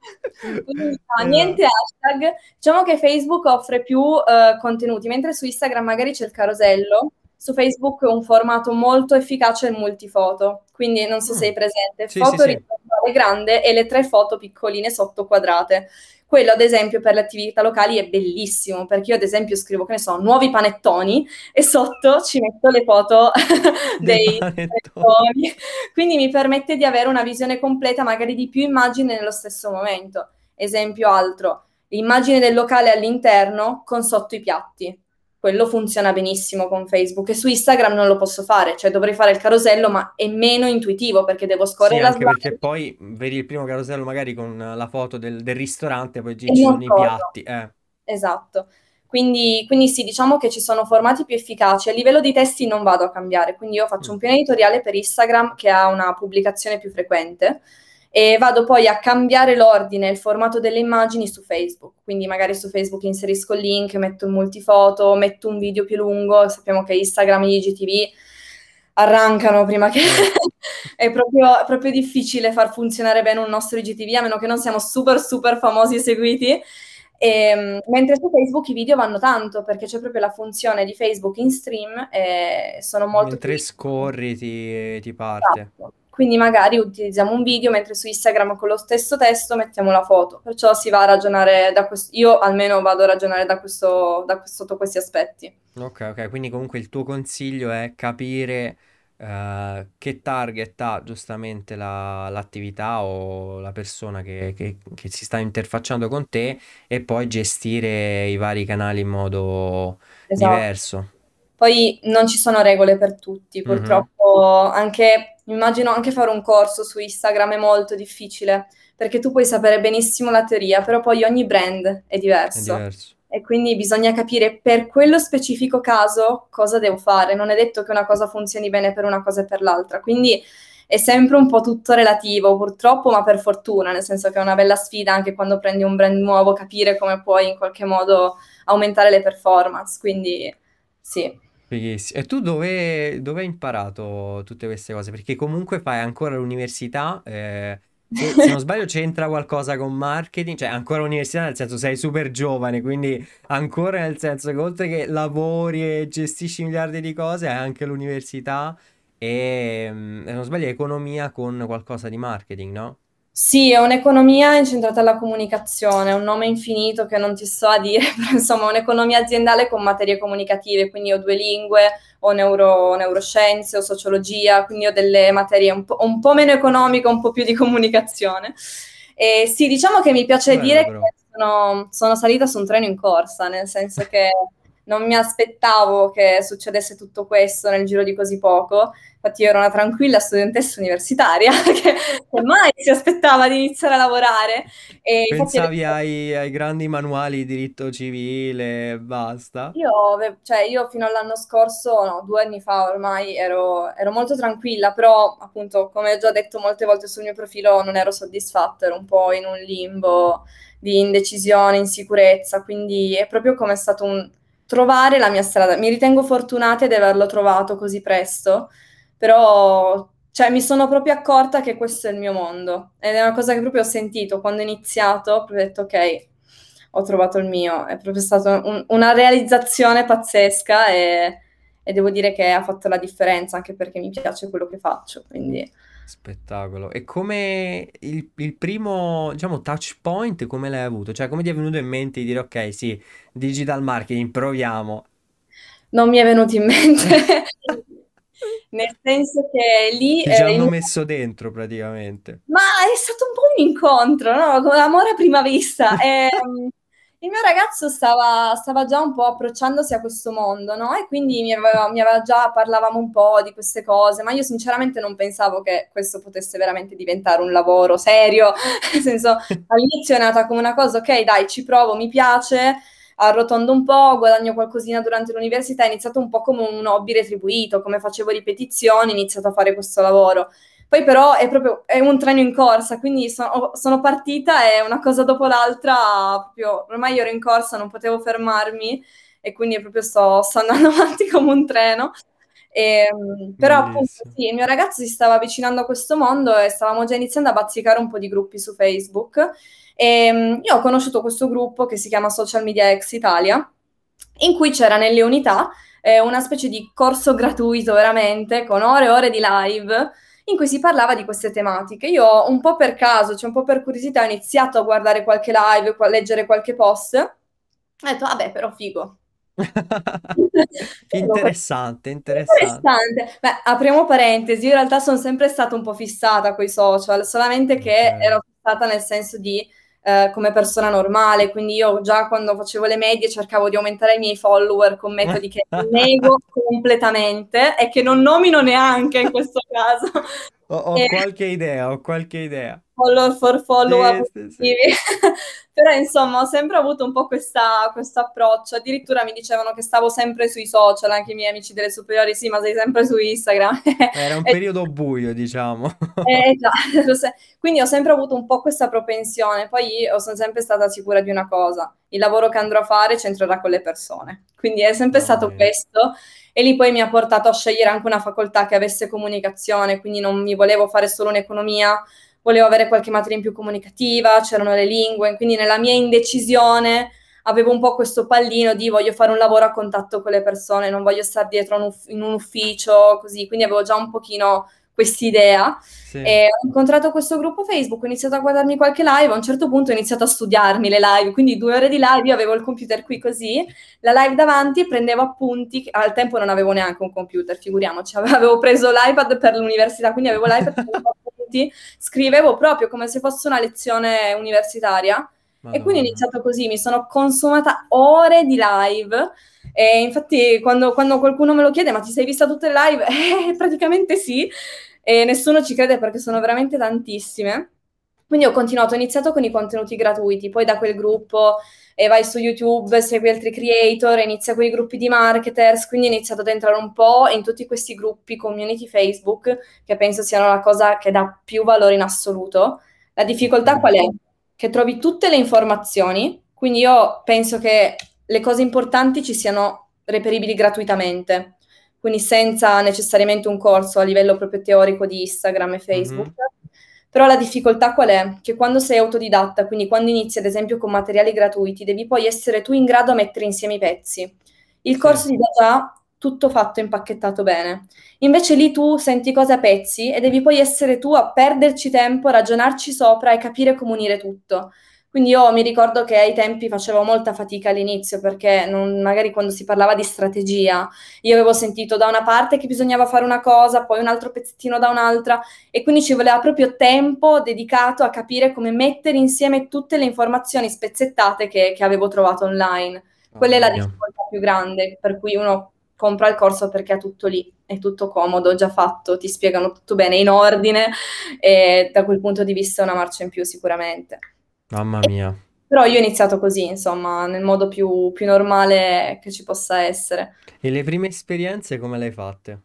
Quindi no, Eh, niente hashtag. Diciamo che Facebook offre più contenuti, mentre su Instagram magari c'è il carosello, su Facebook è un formato molto efficace il multifoto, quindi non so se mm, hai presente, sì, sì, foto sì. orizzontale grande e le 3 foto piccoline sotto quadrate. Quello, ad esempio, per le attività locali è bellissimo, perché io, ad esempio, scrivo, che ne so, nuovi panettoni e sotto ci metto le foto Dei dei panettoni. panettoni. Quindi mi permette di avere una visione completa, magari di più immagini nello stesso momento. Esempio altro, l'immagine del locale all'interno con sotto i piatti. Quello funziona benissimo con Facebook e su Instagram non lo posso fare, cioè dovrei fare il carosello, ma è meno intuitivo perché devo Sì, scorrere la anche perché slide poi vedi il primo carosello magari con la foto del ristorante, poi e ci non sono i corro. piatti. Esatto. Quindi sì, diciamo che ci sono formati più efficaci. A livello di testi non vado a cambiare, quindi io faccio Mm. un piano editoriale per Instagram che ha una pubblicazione più frequente e vado poi a cambiare l'ordine e il formato delle immagini su Facebook. Quindi magari su Facebook inserisco il link, metto il multifoto, metto un video più lungo. Sappiamo che Instagram e IGTV arrancano prima che... Eh. È proprio difficile far funzionare bene un nostro IGTV, a meno che non siamo super super famosi e seguiti. Mentre su Facebook i video vanno tanto perché c'è proprio la funzione di Facebook in stream e sono molto più Mentre visibili. scorri ti parte. Esatto. Quindi magari utilizziamo un video mentre su Instagram con lo stesso testo mettiamo la foto. Perciò si va a ragionare da questo, io almeno vado a ragionare sotto questi aspetti. Ok, ok, quindi comunque il tuo consiglio è capire che target ha giustamente l'attività o la persona che si sta interfacciando con te e poi gestire i vari canali in modo Esatto. diverso. Poi non ci sono regole per tutti, Mhm. purtroppo anche, immagino anche fare un corso su Instagram è molto difficile, perché tu puoi sapere benissimo la teoria, però poi ogni brand è È diverso diverso. e quindi bisogna capire per quello specifico caso cosa devo fare. Non è detto che una cosa funzioni bene per una cosa e per l'altra, quindi è sempre un po' tutto relativo, purtroppo, ma per fortuna, nel senso che è una bella sfida anche quando prendi un brand nuovo, capire come puoi in qualche modo aumentare le performance, quindi sì. Fighissimo. E tu dove hai imparato tutte queste cose? Perché comunque fai ancora l'università, che se non sbaglio c'entra qualcosa con marketing, cioè ancora l'università nel senso sei super giovane, quindi ancora nel senso che oltre che lavori e gestisci miliardi di cose, hai anche l'università e se non sbaglio economia con qualcosa di marketing, no? Sì, è un'economia incentrata alla comunicazione, è un nome infinito che non ti so a dire, però insomma è un'economia aziendale con materie comunicative, quindi ho 2 lingue, ho neuroscienze, ho sociologia, quindi ho delle materie un po' meno economiche, un po' più di comunicazione. E sì, diciamo che mi piace Bello dire però. che sono salita su un treno in corsa, nel senso che non mi aspettavo che succedesse tutto questo nel giro di così poco. Infatti io ero una tranquilla studentessa universitaria che mai si aspettava di iniziare a lavorare. E infatti Pensavi ai grandi manuali di diritto civile e basta? io fino all'anno scorso, no, 2 anni fa ormai, ero molto tranquilla, però appunto, come ho già detto molte volte sul mio profilo, non ero soddisfatta, ero un po' in un limbo di indecisione, insicurezza, quindi è proprio come stato trovare la mia strada. Mi ritengo fortunata di averlo trovato così presto, però cioè, mi sono proprio accorta che questo è il mio mondo ed è una cosa che proprio ho sentito quando ho iniziato, ho proprio detto ok, ho trovato il mio, è proprio stata una realizzazione pazzesca e devo dire che ha fatto la differenza anche perché mi piace quello che faccio, quindi... Spettacolo. E come il primo, diciamo, touch point, come l'hai avuto? Cioè, come ti è venuto in mente di dire, ok, sì, digital marketing, proviamo. Non mi è venuto in mente, nel senso che lì Ti ci hanno messo dentro praticamente. ma è stato un po' un incontro, no? Come l'amore a prima vista. Il mio ragazzo stava già un po' approcciandosi a questo mondo, no? E quindi mi aveva già, parlavamo un po' di queste cose, ma io sinceramente non pensavo che questo potesse veramente diventare un lavoro serio. Nel senso, all'inizio è nata come una cosa, ok, dai, ci provo, mi piace, arrotondo un po', guadagno qualcosina durante l'università, è iniziato un po' come un hobby retribuito, come facevo ripetizioni, ho iniziato a fare questo lavoro. Poi però è un treno in corsa, quindi sono partita e una cosa dopo l'altra, proprio, ormai io ero in corsa, non potevo fermarmi e quindi proprio sto andando avanti come un treno. Però appunto Bellissimo. sì, il mio ragazzo si stava avvicinando a questo mondo e stavamo già iniziando a bazzicare un po' di gruppi su Facebook. Io ho conosciuto questo gruppo che si chiama Social Media Ex Italia, in cui c'era nelle unità una specie di corso gratuito veramente, con ore e ore di live, in cui si parlava di queste tematiche. Io un po' per caso, cioè un po' per curiosità, ho iniziato a guardare qualche live, a leggere qualche post, e ho detto, vabbè, però figo. Interessante, interessante. Interessante. Beh, apriamo parentesi, io in realtà sono sempre stata un po' fissata con i social, solamente Ok. che ero fissata nel senso di come persona normale, quindi io già quando facevo le medie cercavo di aumentare i miei follower con metodi che nego completamente e che non nomino neanche in questo caso. Ho E qualche idea, ho qualche idea. follow for follow Sì, sì, sì. abusivi. Però insomma ho sempre avuto un po' questo approccio, addirittura mi dicevano che stavo sempre sui social, anche i miei amici delle superiori, sì, ma sei sempre su Instagram. Era un E periodo buio, diciamo. già, quindi ho sempre avuto un po' questa propensione, poi io sono sempre stata sicura di una cosa, il lavoro che andrò a fare c'entrerà con le persone, quindi è sempre Mamma stato mia. questo e lì poi mi ha portato a scegliere anche una facoltà che avesse comunicazione, quindi non mi volevo fare solo un'economia, volevo avere qualche materia in più comunicativa, c'erano le lingue, quindi nella mia indecisione avevo un po' questo pallino di voglio fare un lavoro a contatto con le persone, non voglio stare dietro in un ufficio, così, quindi avevo già un pochino quest'idea. Sì. E ho incontrato questo gruppo Facebook, ho iniziato a guardarmi qualche live, a un certo punto ho iniziato a studiarmi le live, quindi 2 ore di live, io avevo il computer qui così, la live davanti, prendevo appunti, al tempo non avevo neanche un computer, figuriamoci, avevo preso l'iPad per l'università, quindi avevo l'iPad, prendevo appunti, scrivevo proprio come se fosse una lezione universitaria e quindi ho Madonna. iniziato così, mi sono consumata ore di live e infatti quando qualcuno me lo chiede ma ti sei vista tutte le live? Praticamente sì, e nessuno ci crede perché sono veramente tantissime. Quindi ho continuato, ho iniziato con i contenuti gratuiti, poi da quel gruppo vai su YouTube, segui altri creator, inizia con i gruppi di marketers, quindi ho iniziato ad entrare un po' in tutti questi gruppi, community Facebook, che penso siano la cosa che dà più valore in assoluto. La Ok. difficoltà qual è? Che trovi tutte le informazioni, quindi io penso che le cose importanti ci siano reperibili gratuitamente, quindi senza necessariamente un corso a livello proprio teorico di Instagram e Facebook. Mhm. Però la difficoltà qual è? Che quando sei autodidatta, quindi quando inizi ad esempio con materiali gratuiti, devi poi essere tu in grado a mettere insieme i pezzi. Il Sì. corso ti dà già tutto fatto, impacchettato bene. Invece lì tu senti cose a pezzi e devi poi essere tu a perderci tempo, ragionarci sopra e capire come unire tutto. Quindi io mi ricordo che ai tempi facevo molta fatica all'inizio perché magari quando si parlava di strategia, io avevo sentito da una parte che bisognava fare una cosa, poi un altro pezzettino da un'altra e quindi ci voleva proprio tempo dedicato a capire come mettere insieme tutte le informazioni spezzettate che avevo trovato online. Quella è Mamma la mia. difficoltà più grande per cui uno compra il corso perché ha tutto lì, è tutto comodo, già fatto, ti spiegano tutto bene in ordine e da quel punto di vista è una marcia in più sicuramente. Mamma E- mia. Però io ho iniziato così, insomma, nel modo più normale che ci possa essere. E le prime esperienze come le hai fatte?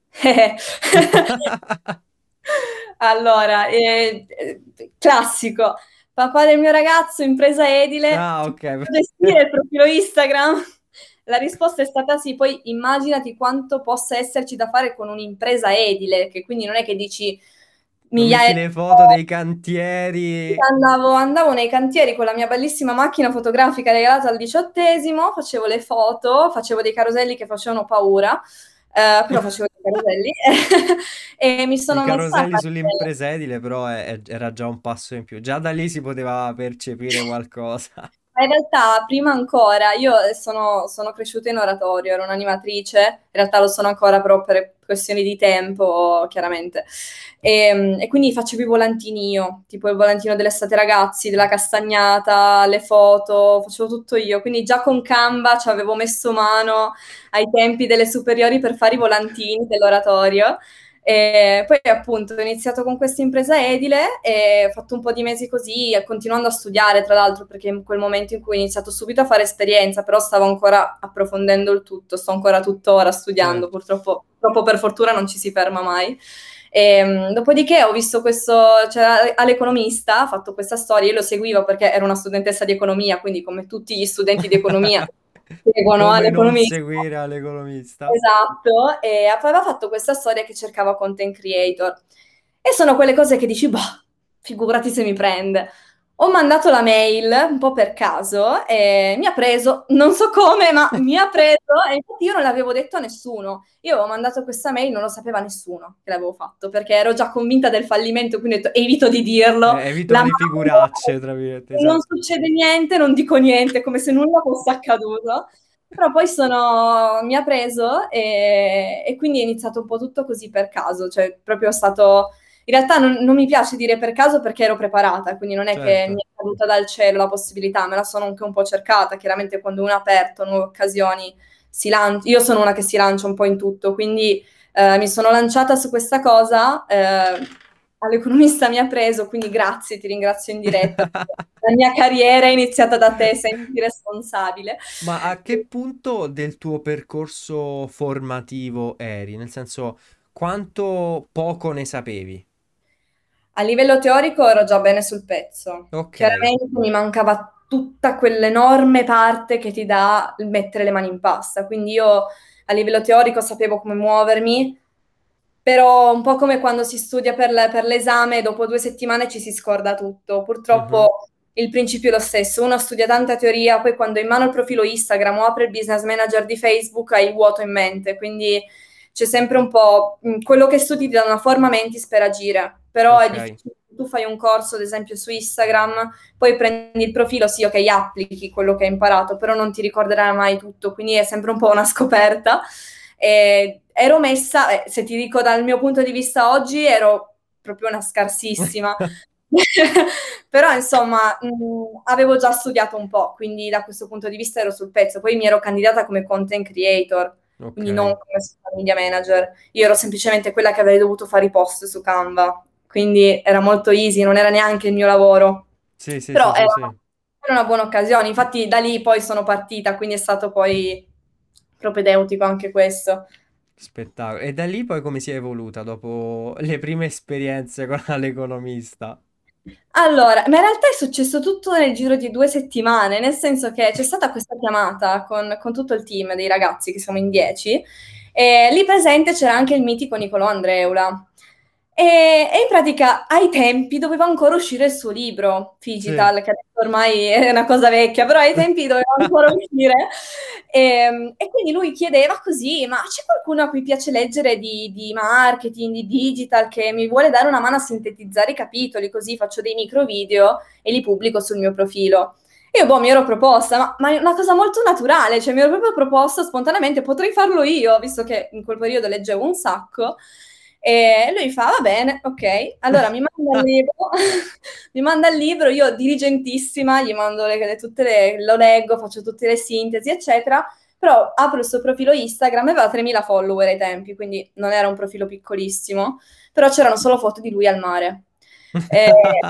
Allora, classico, papà del mio ragazzo, impresa edile, Ah, ti ok. posso gestire il profilo Instagram? La risposta è stata sì, poi immaginati quanto possa esserci da fare con un'impresa edile, che quindi non è che dici Non migliaia metti di le foto euro. dei cantieri. Andavo nei cantieri con la mia bellissima macchina fotografica regalata al 18°, facevo le foto, facevo dei caroselli che facevano paura, però facevo dei caroselli e mi I sono messa a caroselli fare. sull'impresa edile, però era già un passo in più. Già da lì si poteva percepire qualcosa. Ma in realtà, prima ancora, io sono cresciuta in oratorio, ero un'animatrice, in realtà lo sono ancora però per questioni di tempo, chiaramente. E quindi facevo i volantini io, tipo il volantino dell'estate ragazzi, della castagnata, le foto, facevo tutto io. Quindi già con Canva ci avevo messo mano ai tempi delle superiori per fare i volantini dell'oratorio. E poi appunto ho iniziato con questa impresa edile e ho fatto un po' di mesi così, continuando a studiare tra l'altro, perché in quel momento in cui ho iniziato subito a fare esperienza, però stavo ancora approfondendo il tutto, sto ancora tuttora studiando, Certo. purtroppo per fortuna non ci si ferma mai. Dopodiché ho visto questo, cioè, all'Economista, ha fatto questa storia, io lo seguivo perché ero una studentessa di economia, quindi come tutti gli studenti di economia seguono Come non all'Economista. seguire all'economista? Esatto, e aveva fatto questa storia che cercava content creator. E sono quelle cose che dici, boh, figurati se mi prende. Ho mandato la mail un po' per caso e mi ha preso, non so come, ma mi ha preso e infatti io non l'avevo detto a nessuno. Io avevo mandato questa mail, non lo sapeva nessuno che l'avevo fatto, perché ero già convinta del fallimento, quindi ho detto evito di dirlo, Evito la le mando, figuracce, tra virgolette, non esatto. succede niente, non dico niente, come se nulla fosse accaduto. Però poi mi ha preso e quindi è iniziato un po' tutto così per caso, cioè proprio stato. In realtà non mi piace dire per caso perché ero preparata, quindi non è che mi Certo. è caduta dal cielo la possibilità, me la sono anche un po' cercata. Chiaramente quando uno ha aperto nuove occasioni si lancia. Io sono una che si lancia un po' in tutto, quindi mi sono lanciata su questa cosa. All'economista mi ha preso, quindi grazie, ti ringrazio in diretta. La mia carriera è iniziata da te, senti responsabile. Ma a che punto del tuo percorso formativo eri? Nel senso, quanto poco ne sapevi? A livello teorico ero già bene sul pezzo. Ok. Chiaramente mi mancava tutta quell'enorme parte che ti dà il mettere le mani in pasta. Quindi io a livello teorico sapevo come muovermi, però un po' come quando si studia per l'esame, dopo 2 settimane ci si scorda tutto. Mhm. Purtroppo il principio è lo stesso. Uno studia tanta teoria, poi quando hai in mano il profilo Instagram o apre il business manager di Facebook hai il vuoto in mente. Quindi c'è sempre un po' quello che studi ti dà una forma mentis per agire, però è Ok. difficile. Tu fai un corso, ad esempio, su Instagram, poi prendi il profilo, sì, ok, applichi quello che hai imparato, però non ti ricorderai mai tutto, quindi è sempre un po' una scoperta. E ero messa, se ti dico dal mio punto di vista oggi, ero proprio una scarsissima. Però insomma, avevo già studiato un po', quindi da questo punto di vista ero sul pezzo. Poi mi ero candidata come content creator, Ok. quindi non come social media manager. Io ero semplicemente quella che avrei dovuto fare i post su Canva, quindi era molto easy, non era neanche il mio lavoro. Sì, sì, Però sì, era sì, sì. una buona occasione, infatti da lì poi sono partita, quindi è stato poi propedeutico anche questo. Spettacolo. E da lì poi come si è evoluta dopo le prime esperienze con l'economista? Allora, ma in realtà è successo tutto nel giro di 2 settimane, nel senso che c'è stata questa chiamata con tutto il team dei ragazzi, che siamo in 10, e lì presente c'era anche il mitico Nicolò Andreula. E in pratica ai tempi doveva ancora uscire il suo libro, Sì. Digital, che adesso ormai è una cosa vecchia, però ai tempi doveva ancora uscire. E quindi lui chiedeva così, ma c'è qualcuno a cui piace leggere di marketing, di digital, che mi vuole dare una mano a sintetizzare i capitoli, così faccio dei micro video e li pubblico sul mio profilo. E io, boh, mi ero proposta, ma è una cosa molto naturale, cioè mi ero proprio proposta spontaneamente, potrei farlo io, visto che in quel periodo leggevo un sacco. E lui fa, va bene, ok, allora mi manda il libro, mi manda il libro, io diligentissima, gli mando lo leggo, faccio tutte le sintesi, eccetera, però apro il suo profilo Instagram e aveva 3.000 follower ai tempi, quindi non era un profilo piccolissimo, però c'erano solo foto di lui al mare. Eh,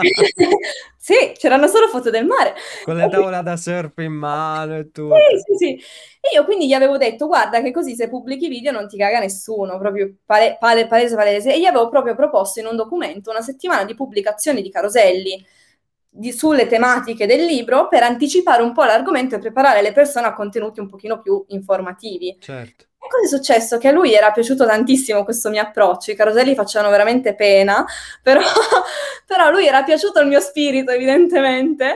sì, c'erano solo foto del mare. Con la tavola da surf in mano e Sì, tutto. sì, sì. E io quindi gli avevo detto, guarda che così se pubblichi video non ti caga nessuno, proprio palese, palese. E gli avevo proprio proposto in un documento una settimana di pubblicazioni di caroselli, sulle tematiche del libro per anticipare un po' l'argomento e preparare le persone a contenuti un pochino più informativi. certo. E cosa è successo? Che a lui era piaciuto tantissimo questo mio approccio, i caroselli facevano veramente pena, però, però a lui era piaciuto il mio spirito evidentemente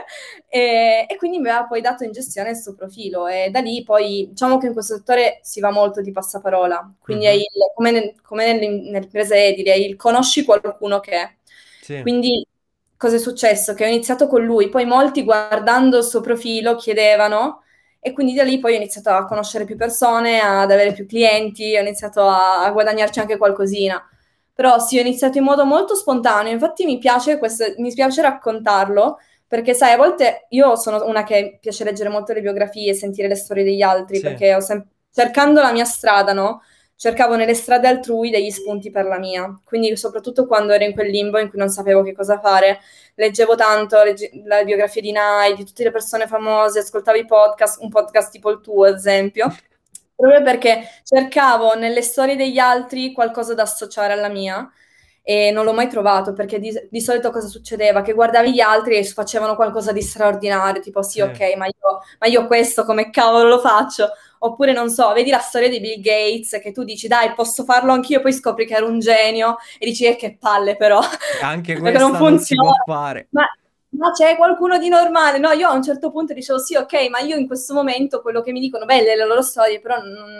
e quindi mi aveva poi dato in gestione il suo profilo e da lì poi diciamo che in questo settore si va molto di passaparola, quindi è Mhm. come nelle imprese edili, è il conosci qualcuno che... Sì, Quindi cosa è successo? Che ho iniziato con lui, poi molti guardando il suo profilo chiedevano e quindi da lì poi ho iniziato a conoscere più persone, ad avere più clienti, ho iniziato a guadagnarci anche qualcosina. Però sì, ho iniziato in modo molto spontaneo, infatti mi piace raccontarlo, perché sai, a volte io sono una che piace leggere molto le biografie e sentire le storie degli altri, sì. perché cercando la mia strada, no? Cercavo nelle strade altrui degli spunti per la mia. Quindi soprattutto quando ero in quel limbo in cui non sapevo che cosa fare, leggevo tanto la biografia di Nike, di tutte le persone famose, ascoltavo i podcast, un podcast tipo il tuo, ad esempio, proprio perché cercavo nelle storie degli altri qualcosa da associare alla mia e non l'ho mai trovato perché di solito cosa succedeva? Che guardavi gli altri e facevano qualcosa di straordinario, tipo sì, Sì. ok, ma io questo come cavolo lo faccio? Oppure non so, vedi la storia di Bill Gates che tu dici dai, posso farlo anch'io, poi scopri che era un genio e dici che palle però, Anche perché non questa non si funziona. può fare. Ma, ma c'è qualcuno di normale? No, io a un certo punto dicevo sì, ok, ma io in questo momento quello che mi dicono, belle le loro storie, però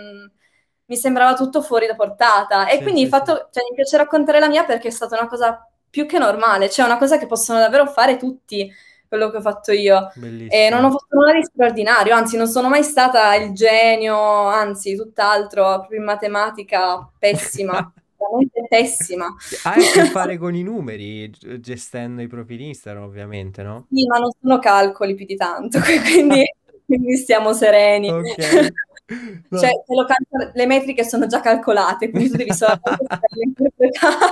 mi sembrava tutto fuori da portata. E Sì, quindi sì, sì. cioè, mi piace raccontare la mia perché è stata una cosa più che normale, cioè una cosa che possono davvero fare tutti, quello che ho fatto io. E non ho Bellissimo. fatto nulla di straordinario, anzi, non sono mai stata il genio, anzi, tutt'altro, proprio in matematica pessima, veramente pessima. Hai a che fare con i numeri, gestendo i profili Instagram, ovviamente, no? Sì, ma non sono calcoli più di tanto, quindi stiamo sereni. Ok. Cioè, No. le metriche sono già calcolate, quindi tu devi solamente saperle interpretare.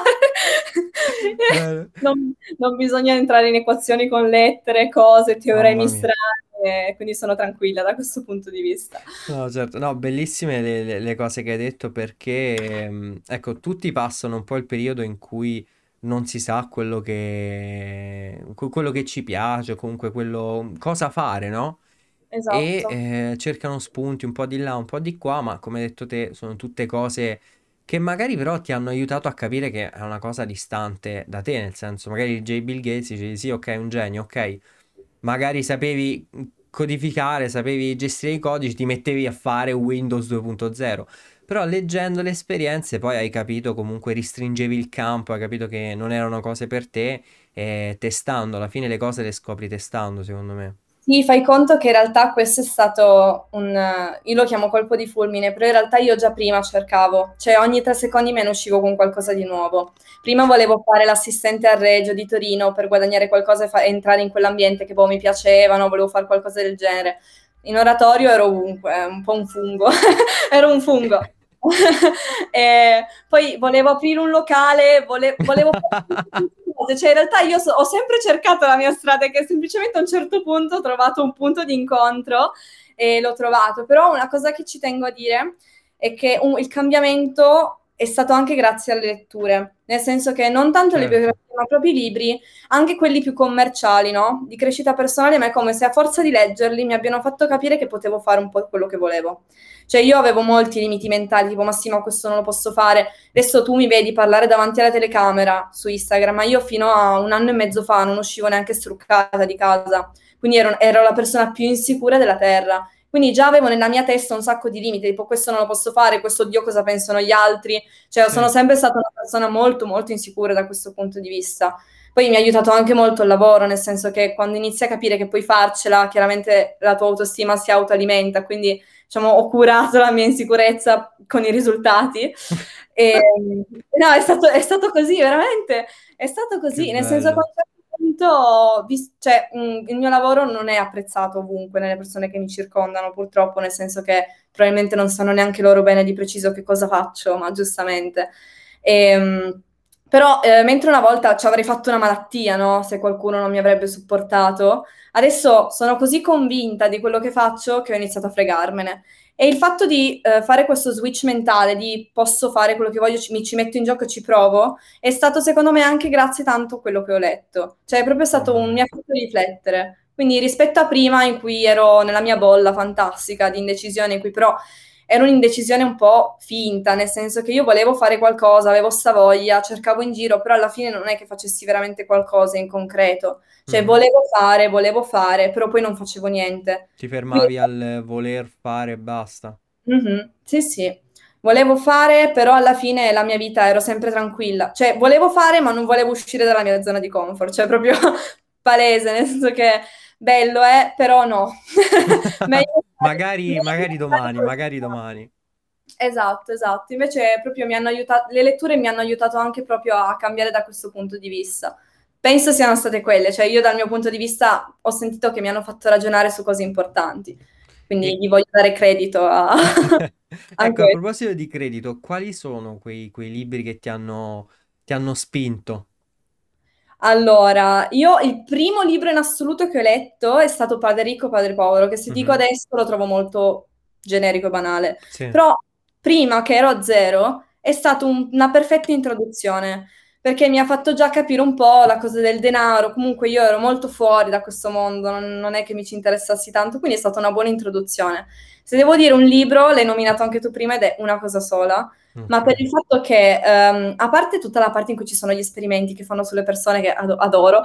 Bene. Non bisogna entrare in equazioni con lettere, cose, teoremi Mamma mia. strani, quindi sono tranquilla da questo punto di vista. No, certo, no, bellissime le cose che hai detto perché, ecco, tutti passano un po' il periodo in cui non si sa quello che ci piace, o comunque quello, cosa fare, no? E Esatto. cercano spunti un po' di là, un po' di qua, ma come hai detto te, sono tutte cose che magari però ti hanno aiutato a capire che è una cosa distante da te, nel senso, magari J. Bill Gates dicevi sì, ok, è un genio, ok, magari sapevi codificare, sapevi gestire i codici, ti mettevi a fare Windows 2.0. Però leggendo le esperienze poi hai capito, comunque ristringevi il campo, hai capito che non erano cose per te e testando, alla fine le cose le scopri testando, secondo me. Sì, fai conto che in realtà questo è stato io lo chiamo colpo di fulmine, però in realtà io già prima cercavo, cioè ogni 3 secondi me ne uscivo con qualcosa di nuovo. Prima volevo fare l'assistente al Regio di Torino per guadagnare qualcosa e entrare in quell'ambiente che boh, mi piacevano, volevo fare qualcosa del genere. In oratorio ero ovunque, un po' un fungo, ero un fungo. E poi volevo aprire un locale, volevo fare tante cose. Cioè, in realtà io ho sempre cercato la mia strada, che semplicemente a un certo punto ho trovato un punto di incontro e l'ho trovato. Però una cosa che ci tengo a dire è che il cambiamento è stato anche grazie alle letture, nel senso che non tanto le Certo, biografie, ma proprio i libri, anche quelli più commerciali, no? Di crescita personale, ma è come se a forza di leggerli mi abbiano fatto capire che potevo fare un po' quello che volevo. Cioè io avevo molti limiti mentali, tipo ma sì, ma questo non lo posso fare. Adesso tu mi vedi parlare davanti alla telecamera su Instagram, ma io fino a un anno e mezzo fa non uscivo neanche struccata di casa, quindi ero la persona più insicura della terra. Quindi già avevo nella mia testa un sacco di limiti, tipo questo non lo posso fare, questo Dio cosa pensano gli altri. Cioè sì, sono sempre stata una persona molto molto insicura da questo punto di vista. Poi mi ha aiutato anche molto il lavoro, nel senso che quando inizi a capire che puoi farcela, chiaramente la tua autostima si autoalimenta, quindi diciamo, ho curato la mia insicurezza con i risultati. E, no, è stato così, veramente, è stato che così, nel senso che a bello. un certo punto, cioè, il mio lavoro non è apprezzato ovunque nelle persone che mi circondano, purtroppo, nel senso che probabilmente non sanno neanche loro bene di preciso che cosa faccio, ma giustamente. E, Però mentre una volta ci avrei fatto una malattia, no? Se qualcuno non mi avrebbe supportato, adesso sono così convinta di quello che faccio che ho iniziato a fregarmene. E il fatto di fare questo switch mentale, di posso fare quello che voglio, mi ci metto in gioco e ci provo, è stato secondo me anche grazie tanto a quello che ho letto. Cioè è proprio stato Mamma un mi mia. ha fatto riflettere. Quindi rispetto a prima in cui ero nella mia bolla fantastica di indecisione, in cui però era un'indecisione un po' finta, nel senso che io volevo fare qualcosa, avevo sta voglia, cercavo in giro, però alla fine non è che facessi veramente qualcosa in concreto. Cioè Mhm. volevo fare, però poi non facevo niente. Ti Quindi, fermavi al voler fare e basta. mhm, sì, sì, volevo fare, però alla fine la mia vita ero sempre tranquilla. Cioè volevo fare, ma non volevo uscire dalla mia zona di comfort, cioè proprio palese, nel senso che bello è, però no. Meglio Magari, magari meglio fare domani, magari qualcosa. domani. Esatto, esatto. Invece proprio mi hanno aiutato, le letture mi hanno aiutato anche proprio a cambiare da questo punto di vista. Penso siano state quelle, cioè io dal mio punto di vista ho sentito che mi hanno fatto ragionare su cose importanti, quindi E gli voglio dare credito a, a ecco, a questo. proposito di credito, quali sono quei libri che ti hanno spinto? Allora, io il primo libro in assoluto che ho letto è stato Padre ricco, Padre povero, che se dico Mhm. adesso lo trovo molto generico e banale. Sì. Però prima che ero a zero è stata una perfetta introduzione, perché mi ha fatto già capire un po' la cosa del denaro. Comunque io ero molto fuori da questo mondo, non è che mi ci interessassi tanto, quindi è stata una buona introduzione. Se devo dire un libro, l'hai nominato anche tu prima ed è Una cosa sola. Ma per Ok. il fatto che, a parte tutta la parte in cui ci sono gli esperimenti che fanno sulle persone, che adoro,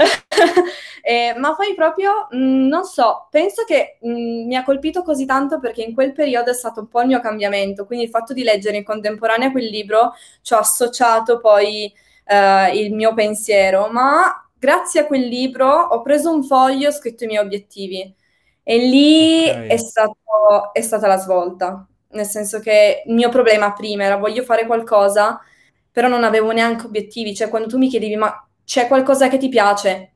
ma poi proprio, non so, penso che mi ha colpito così tanto perché in quel periodo è stato un po' il mio cambiamento, quindi il fatto di leggere in contemporanea quel libro ci ho associato poi il mio pensiero, ma grazie a quel libro ho preso un foglio e ho scritto i miei obiettivi. E lì Ok. è stata la svolta, nel senso che il mio problema prima era voglio fare qualcosa, però non avevo neanche obiettivi, cioè quando tu mi chiedevi ma c'è qualcosa che ti piace?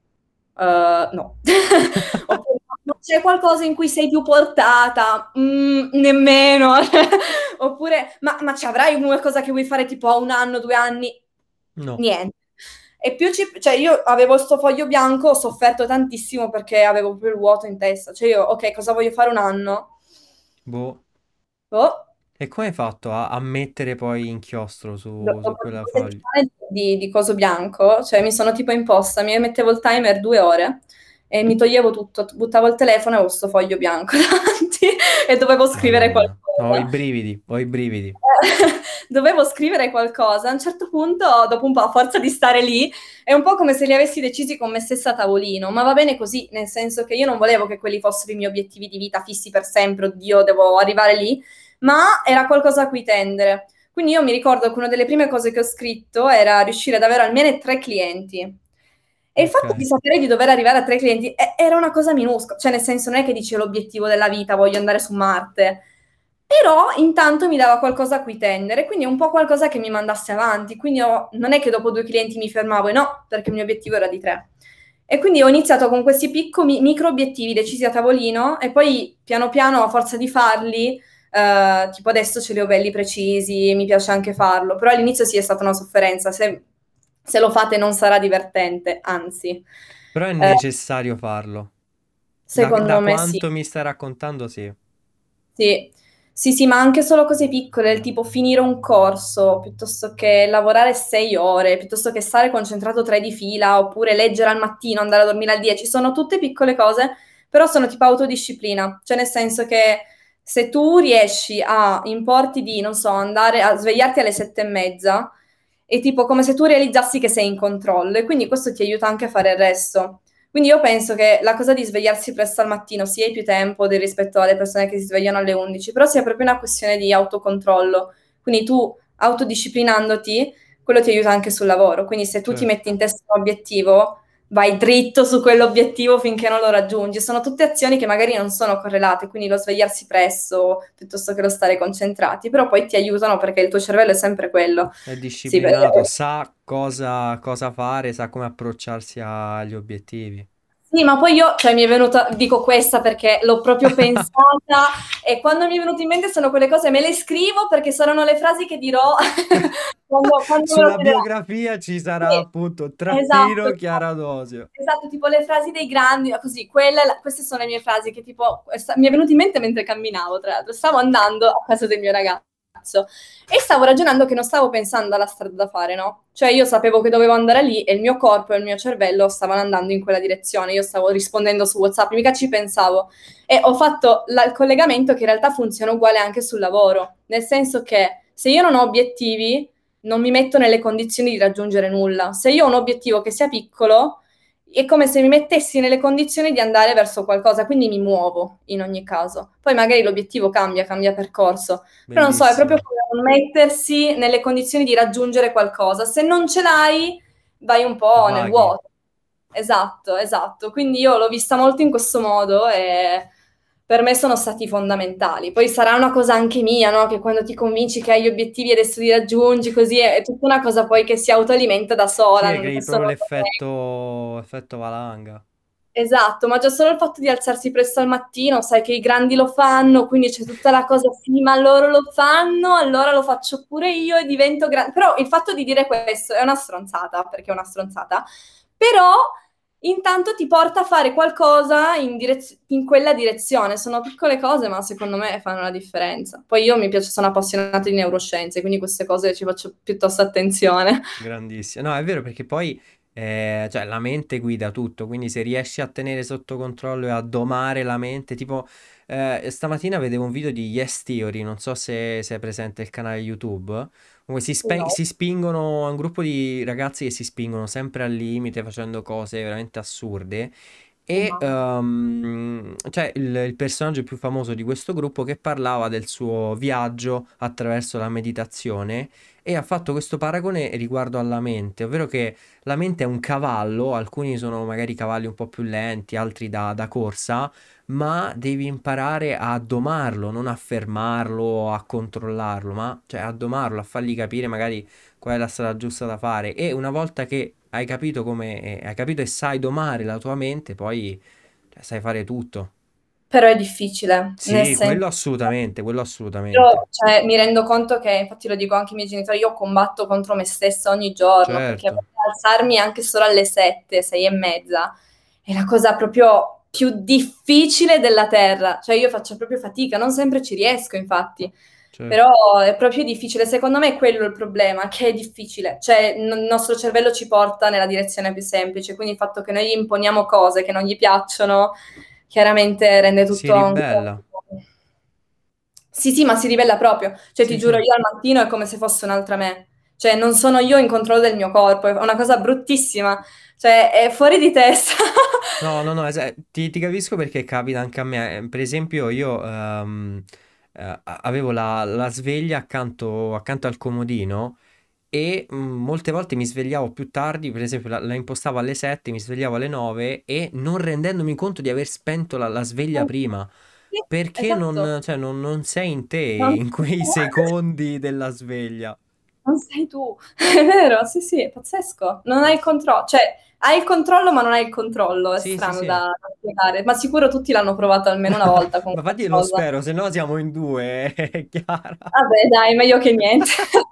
No. Oppure ma c'è qualcosa in cui sei più portata? Nemmeno. Oppure ma ci avrai qualcosa che vuoi fare tipo a un anno, 2 anni? No. Niente. E più cioè io avevo sto foglio bianco, ho sofferto tantissimo perché avevo proprio il vuoto in testa. Cioè io, ok, cosa voglio fare un anno? Boh. Oh, E come hai fatto a mettere poi inchiostro su dopo quella 2 foglia? settimane di coso bianco, cioè mi sono tipo imposta, mi mettevo il timer 2 ore e mi toglievo tutto, buttavo il telefono e avevo sto foglio bianco davanti e dovevo Mamma scrivere mia. Ho i qualcosa. brividi, ho i brividi. Dovevo scrivere qualcosa. A un certo punto, dopo un po', a forza di stare lì, è un po' come se li avessi decisi con me stessa a tavolino, ma va bene così, nel senso che io non volevo che quelli fossero i miei obiettivi di vita fissi per sempre, oddio, devo arrivare lì, ma era qualcosa a cui tendere. Quindi io mi ricordo che una delle prime cose che ho scritto era riuscire ad avere almeno 3 clienti. E il fatto di Ok. sapere di dover arrivare a 3 clienti era una cosa minuscola, cioè nel senso non è che dice l'obiettivo della vita, voglio andare su Marte, però intanto mi dava qualcosa a cui tendere, quindi un po' qualcosa che mi mandasse avanti, quindi non è che dopo 2 clienti mi fermavo, e no, perché il mio obiettivo era di 3. E quindi ho iniziato con questi piccoli micro obiettivi decisi a tavolino e poi piano piano a forza di farli, tipo adesso ce li ho belli precisi, mi piace anche farlo, però all'inizio sì è stata una sofferenza, se lo fate non sarà divertente, anzi, Però è eh, necessario farlo. Da secondo me sì. quanto mi stai raccontando, sì. Sì, sì, sì, ma anche solo cose piccole, del tipo finire un corso, piuttosto che lavorare 6 ore, piuttosto che stare concentrato 3 di fila, oppure leggere al mattino, andare a dormire al 10, sono tutte piccole cose, però sono tipo autodisciplina, cioè nel senso che se tu riesci a importi di, non so, andare a svegliarti alle 7:30, è tipo come se tu realizzassi che sei in controllo e quindi questo ti aiuta anche a fare il resto. Quindi io penso che la cosa di svegliarsi presto al mattino sia hai più tempo rispetto alle persone che si svegliano alle 11, però sia proprio una questione di autocontrollo. Quindi tu autodisciplinandoti, quello ti aiuta anche sul lavoro. Quindi se tu ti Certo. metti in testa un obiettivo, vai dritto su quell'obiettivo finché non lo raggiungi. Sono tutte azioni che magari non sono correlate, quindi lo svegliarsi presto piuttosto che lo stare concentrati, però poi ti aiutano perché il tuo cervello è sempre quello. È Sì, disciplinato, sa cosa fare, sa come approcciarsi agli obiettivi. sì, ma poi io, cioè mi è venuta, dico questa perché l'ho proprio pensata e quando mi è venuto in mente sono quelle cose, me le scrivo perché saranno le frasi che dirò quando me lo Sulla chiederà. biografia ci sarà Sì, appunto esatto, trattino Chiara Dosio. esatto, tipo le frasi dei grandi, così, queste sono le mie frasi che tipo, mi è venuto in mente mentre camminavo, tra l'altro, stavo andando a casa del mio ragazzo e stavo ragionando che non stavo pensando alla strada da fare, no? Cioè io sapevo che dovevo andare lì e il mio corpo e il mio cervello stavano andando in quella direzione, io stavo rispondendo su WhatsApp, mica ci pensavo e ho fatto il collegamento che in realtà funziona uguale anche sul lavoro, nel senso che se io non ho obiettivi non mi metto nelle condizioni di raggiungere nulla. Se io ho un obiettivo che sia piccolo, è come se mi mettessi nelle condizioni di andare verso qualcosa, quindi mi muovo in ogni caso. Poi magari l'obiettivo cambia percorso, però non so, è proprio Bellissimo. come mettersi nelle condizioni di raggiungere qualcosa. Se non ce l'hai, vai un po' nel Vaghi. vuoto. Esatto, esatto. Quindi io l'ho vista molto in questo modo e per me sono stati fondamentali. Poi sarà una cosa anche mia, no? Che quando ti convinci che hai gli obiettivi adesso li raggiungi, così è tutta una cosa poi che si autoalimenta da Sì, sola, e non è crei proprio solo... l'effetto valanga. Esatto, ma già solo il fatto di alzarsi presto al mattino, sai che i grandi lo fanno, quindi c'è tutta la cosa, sì, ma loro lo fanno, allora lo faccio pure io e divento grande. Però il fatto di dire questo è una stronzata, perché è una stronzata, però intanto ti porta a fare qualcosa in quella direzione. Sono piccole cose, ma secondo me fanno la differenza. Poi io mi piace, sono appassionata di neuroscienze, quindi queste cose ci faccio piuttosto attenzione. Grandissimo. No, è vero perché poi cioè, la mente guida tutto, quindi se riesci a tenere sotto controllo e a domare la mente, tipo stamattina vedevo un video di Yes Theory, non so se è presente il canale YouTube. Comunque No. si spingono, è un gruppo di ragazzi che si spingono sempre al limite facendo cose veramente assurde. Oh, E mamma. c'è il personaggio più famoso di questo gruppo che parlava del suo viaggio attraverso la meditazione e ha fatto questo paragone riguardo alla mente, ovvero che la mente è un cavallo, alcuni sono magari cavalli un po' più lenti, altri da corsa, ma devi imparare a domarlo, non a fermarlo, a controllarlo, ma cioè a domarlo, a fargli capire magari qual è la strada giusta da fare. E una volta che hai capito come, hai capito e sai domare la tua mente, poi cioè, sai fare tutto. Però è difficile, nel Sì, senso... quello assolutamente. Io, cioè, mi rendo conto che, infatti lo dico anche ai miei genitori, io combatto contro me stessa ogni giorno, perché Certo. alzarmi anche solo alle 7, 6 e mezza, è la cosa proprio più difficile della terra. Cioè io faccio proprio fatica, non sempre ci riesco, infatti, Certo. però è proprio difficile. Secondo me è quello il problema, che è difficile. Cioè il nostro cervello ci porta nella direzione più semplice, quindi il fatto che noi gli imponiamo cose che non gli piacciono, chiaramente rende Si tutto ancora ribella. più... Sì, sì, ma si rivela proprio. Cioè, ti Sì, giuro, sì. io al mattino è come se fosse un'altra me. Cioè, non sono io in controllo del mio corpo, è una cosa bruttissima. Cioè, è fuori di testa. No, no, no, ti capisco perché capita anche a me. Per esempio, io avevo la sveglia accanto al comodino e molte volte mi svegliavo più tardi, per esempio la impostavo alle 7, mi svegliavo alle 9 e non rendendomi conto di aver spento la sveglia prima, Sì, perché esatto. cioè, non sei in te Non, in quei secondi della sveglia. non sei tu. È vero, sì, sì, è pazzesco. Non hai il controllo. Cioè, hai il controllo, ma non hai il controllo. È Sì, sì, strano sì. da spiegare. Ma sicuro tutti l'hanno provato almeno una volta con Ma infatti io lo qualcosa. spero, se no siamo in due, è chiara. Vabbè, dai, meglio che niente.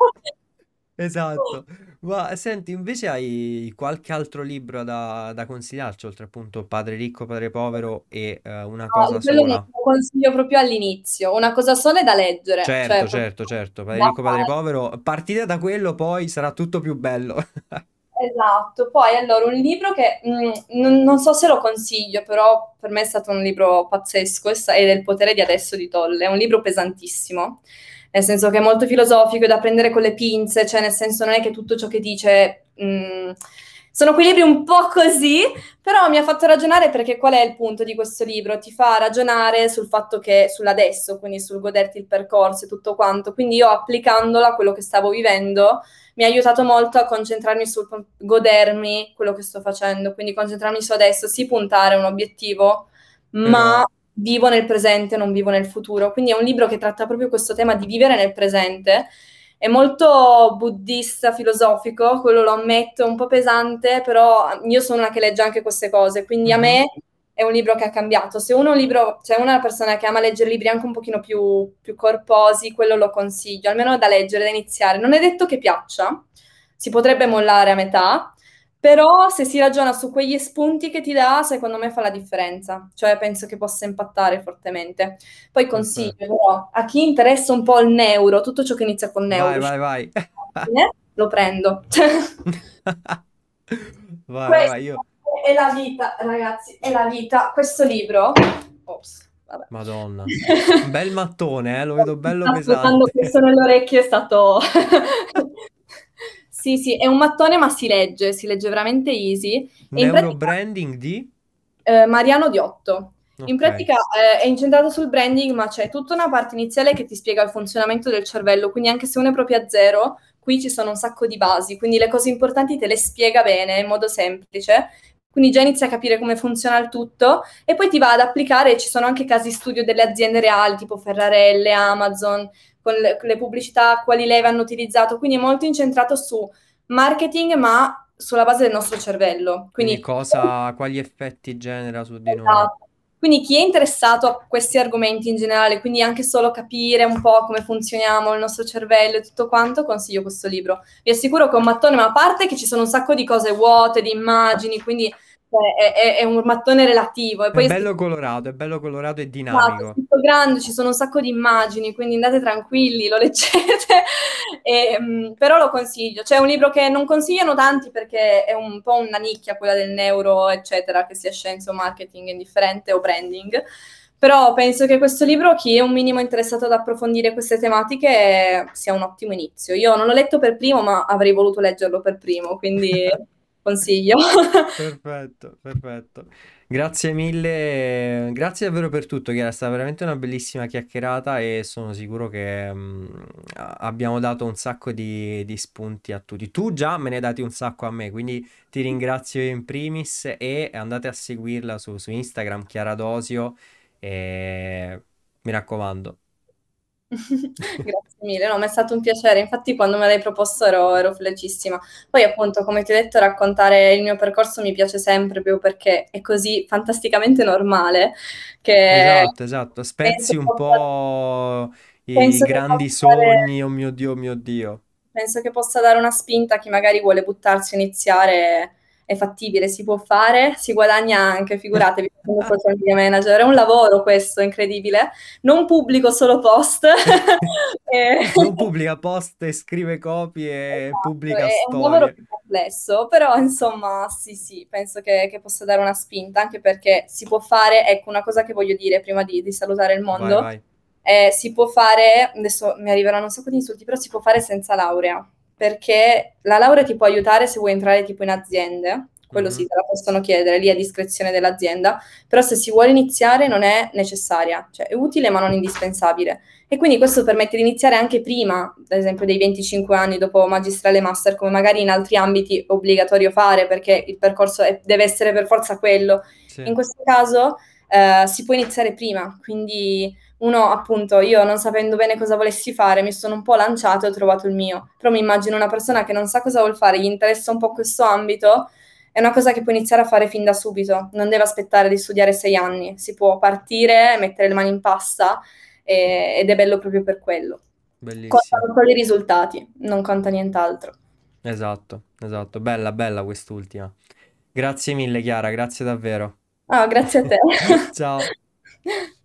Esatto. Ma senti, invece hai qualche altro libro da consigliarci, oltre appunto Padre ricco, Padre povero e Una cosa No, quello sola? lo consiglio proprio all'inizio. Una cosa sola è da leggere, Certo, cioè proprio certo, certo. Padre da ricco, Padre fare. povero. Partite da quello, poi sarà tutto più bello. Esatto, poi allora un libro che non so se lo consiglio, però per me è stato un libro pazzesco, è del potere di adesso di Tolle, è un libro pesantissimo, nel senso che è molto filosofico, è da prendere con le pinze, cioè nel senso non è che tutto ciò che dice... sono quei libri un po' così, però mi ha fatto ragionare perché qual è il punto di questo libro? Ti fa ragionare sul fatto che, sull'adesso, quindi sul goderti il percorso e tutto quanto, quindi io applicandolo a quello che stavo vivendo mi ha aiutato molto a concentrarmi sul godermi quello che sto facendo, quindi concentrarmi su adesso, sì puntare a un obiettivo, ma Però, vivo nel presente, non vivo nel futuro. Quindi è un libro che tratta proprio questo tema di vivere nel presente. È molto buddista, filosofico, quello lo ammetto, un po' pesante, però io sono una che legge anche queste cose, quindi a mhm, me è un libro che ha cambiato. Se uno è un libro, cioè una persona che ama leggere libri anche un pochino più corposi, quello lo consiglio, almeno da leggere, da iniziare. Non è detto che piaccia, si potrebbe mollare a metà, però se si ragiona su quegli spunti che ti dà, secondo me fa la differenza. Cioè penso che possa impattare fortemente. Poi consiglio Perfetto. però a chi interessa un po' il neuro, tutto ciò che inizia con Vai, neuro, vai, vai. lo prendo. Vai, Questa vai, io. è la vita, ragazzi, è la vita. Questo libro, ops, vabbè. Madonna. Un bel mattone, lo vedo bello Sta sputando pesante. questo nelle orecchie, è stato... Sì, sì, è un mattone, ma si legge veramente easy. E in pratica Neurobranding di? Mariano Diotto. In Ok. pratica è incentrato sul branding, ma c'è tutta una parte iniziale che ti spiega il funzionamento del cervello, quindi anche se uno è proprio a zero, qui ci sono un sacco di basi, quindi le cose importanti te le spiega bene, in modo semplice, quindi già inizi a capire come funziona il tutto e poi ti va ad applicare, ci sono anche casi studio delle aziende reali, tipo Ferrarelle, Amazon, con le pubblicità, quali leve hanno utilizzato, quindi è molto incentrato su marketing, ma sulla base del nostro cervello. Quindi Quindi cosa, quali effetti genera su di noi? esatto. Quindi chi è interessato a questi argomenti in generale, quindi anche solo capire un po' come funzioniamo, il nostro cervello e tutto quanto, consiglio questo libro. Vi assicuro che è un mattone, ma a parte che ci sono un sacco di cose vuote, di immagini, quindi è un mattone relativo. E poi È bello colorato e esatto, è dinamico. scritto grande, ci sono un sacco di immagini, quindi andate tranquilli, lo leggete. Però lo consiglio. C'è un libro che non consigliano tanti perché è un po' una nicchia, quella del neuro, eccetera, che sia scienze o marketing indifferente o branding. Però penso che questo libro, chi è un minimo interessato ad approfondire queste tematiche, sia un ottimo inizio. Io non l'ho letto per primo, ma avrei voluto leggerlo per primo, quindi consiglio. Perfetto, perfetto. Grazie mille, grazie davvero per tutto, Chiara, è stata veramente una bellissima chiacchierata e sono sicuro che abbiamo dato un sacco di spunti a tutti. Tu già me ne hai dati un sacco a me, quindi ti ringrazio in primis e andate a seguirla su Instagram, Chiara Dosio, e mi raccomando. Grazie mille, no, ma è stato un piacere. Infatti, quando me l'hai proposto ero felicissima. Poi, appunto, come ti ho detto, raccontare il mio percorso mi piace sempre proprio perché è così fantasticamente normale che Esatto, esatto, penso spezzi un possa, po' i penso che grandi possa dare, sogni, oh mio Dio, oh mio Dio. penso che possa dare una spinta a chi magari vuole buttarsi a iniziare. È fattibile, si può fare, si guadagna anche, figuratevi, come social media manager. È un lavoro questo, incredibile. Non pubblico solo post. E- Non pubblica post e scrive copie e Esatto, pubblica è un lavoro storie. più complesso, però insomma sì, sì, penso che possa dare una spinta, anche perché si può fare, ecco una cosa che voglio dire prima di salutare il Vai, mondo, vai. si può fare, adesso mi arriveranno un sacco di insulti, però si può fare senza laurea, perché la laurea ti può aiutare se vuoi entrare tipo in aziende, quello sì, Mhm. te la possono chiedere, lì a discrezione dell'azienda, però se si vuole iniziare non è necessaria, cioè è utile ma non indispensabile. E quindi questo permette di iniziare anche prima, ad esempio dei 25 anni dopo magistrale e master, come magari in altri ambiti è obbligatorio fare perché il percorso deve essere per forza quello. Sì. In questo caso si può iniziare prima, quindi uno appunto, io non sapendo bene cosa volessi fare, mi sono un po' lanciato e ho trovato il mio, però mi immagino una persona che non sa cosa vuol fare, gli interessa un po' questo ambito, è una cosa che può iniziare a fare fin da subito, non deve aspettare di studiare 6 anni, si può partire, mettere le mani in pasta ed è bello proprio per quello. Bellissimo. Contano solo i risultati, non conta nient'altro. Esatto, esatto. Bella, bella quest'ultima. Grazie mille, Chiara, grazie davvero. Ah, grazie a te. Ciao.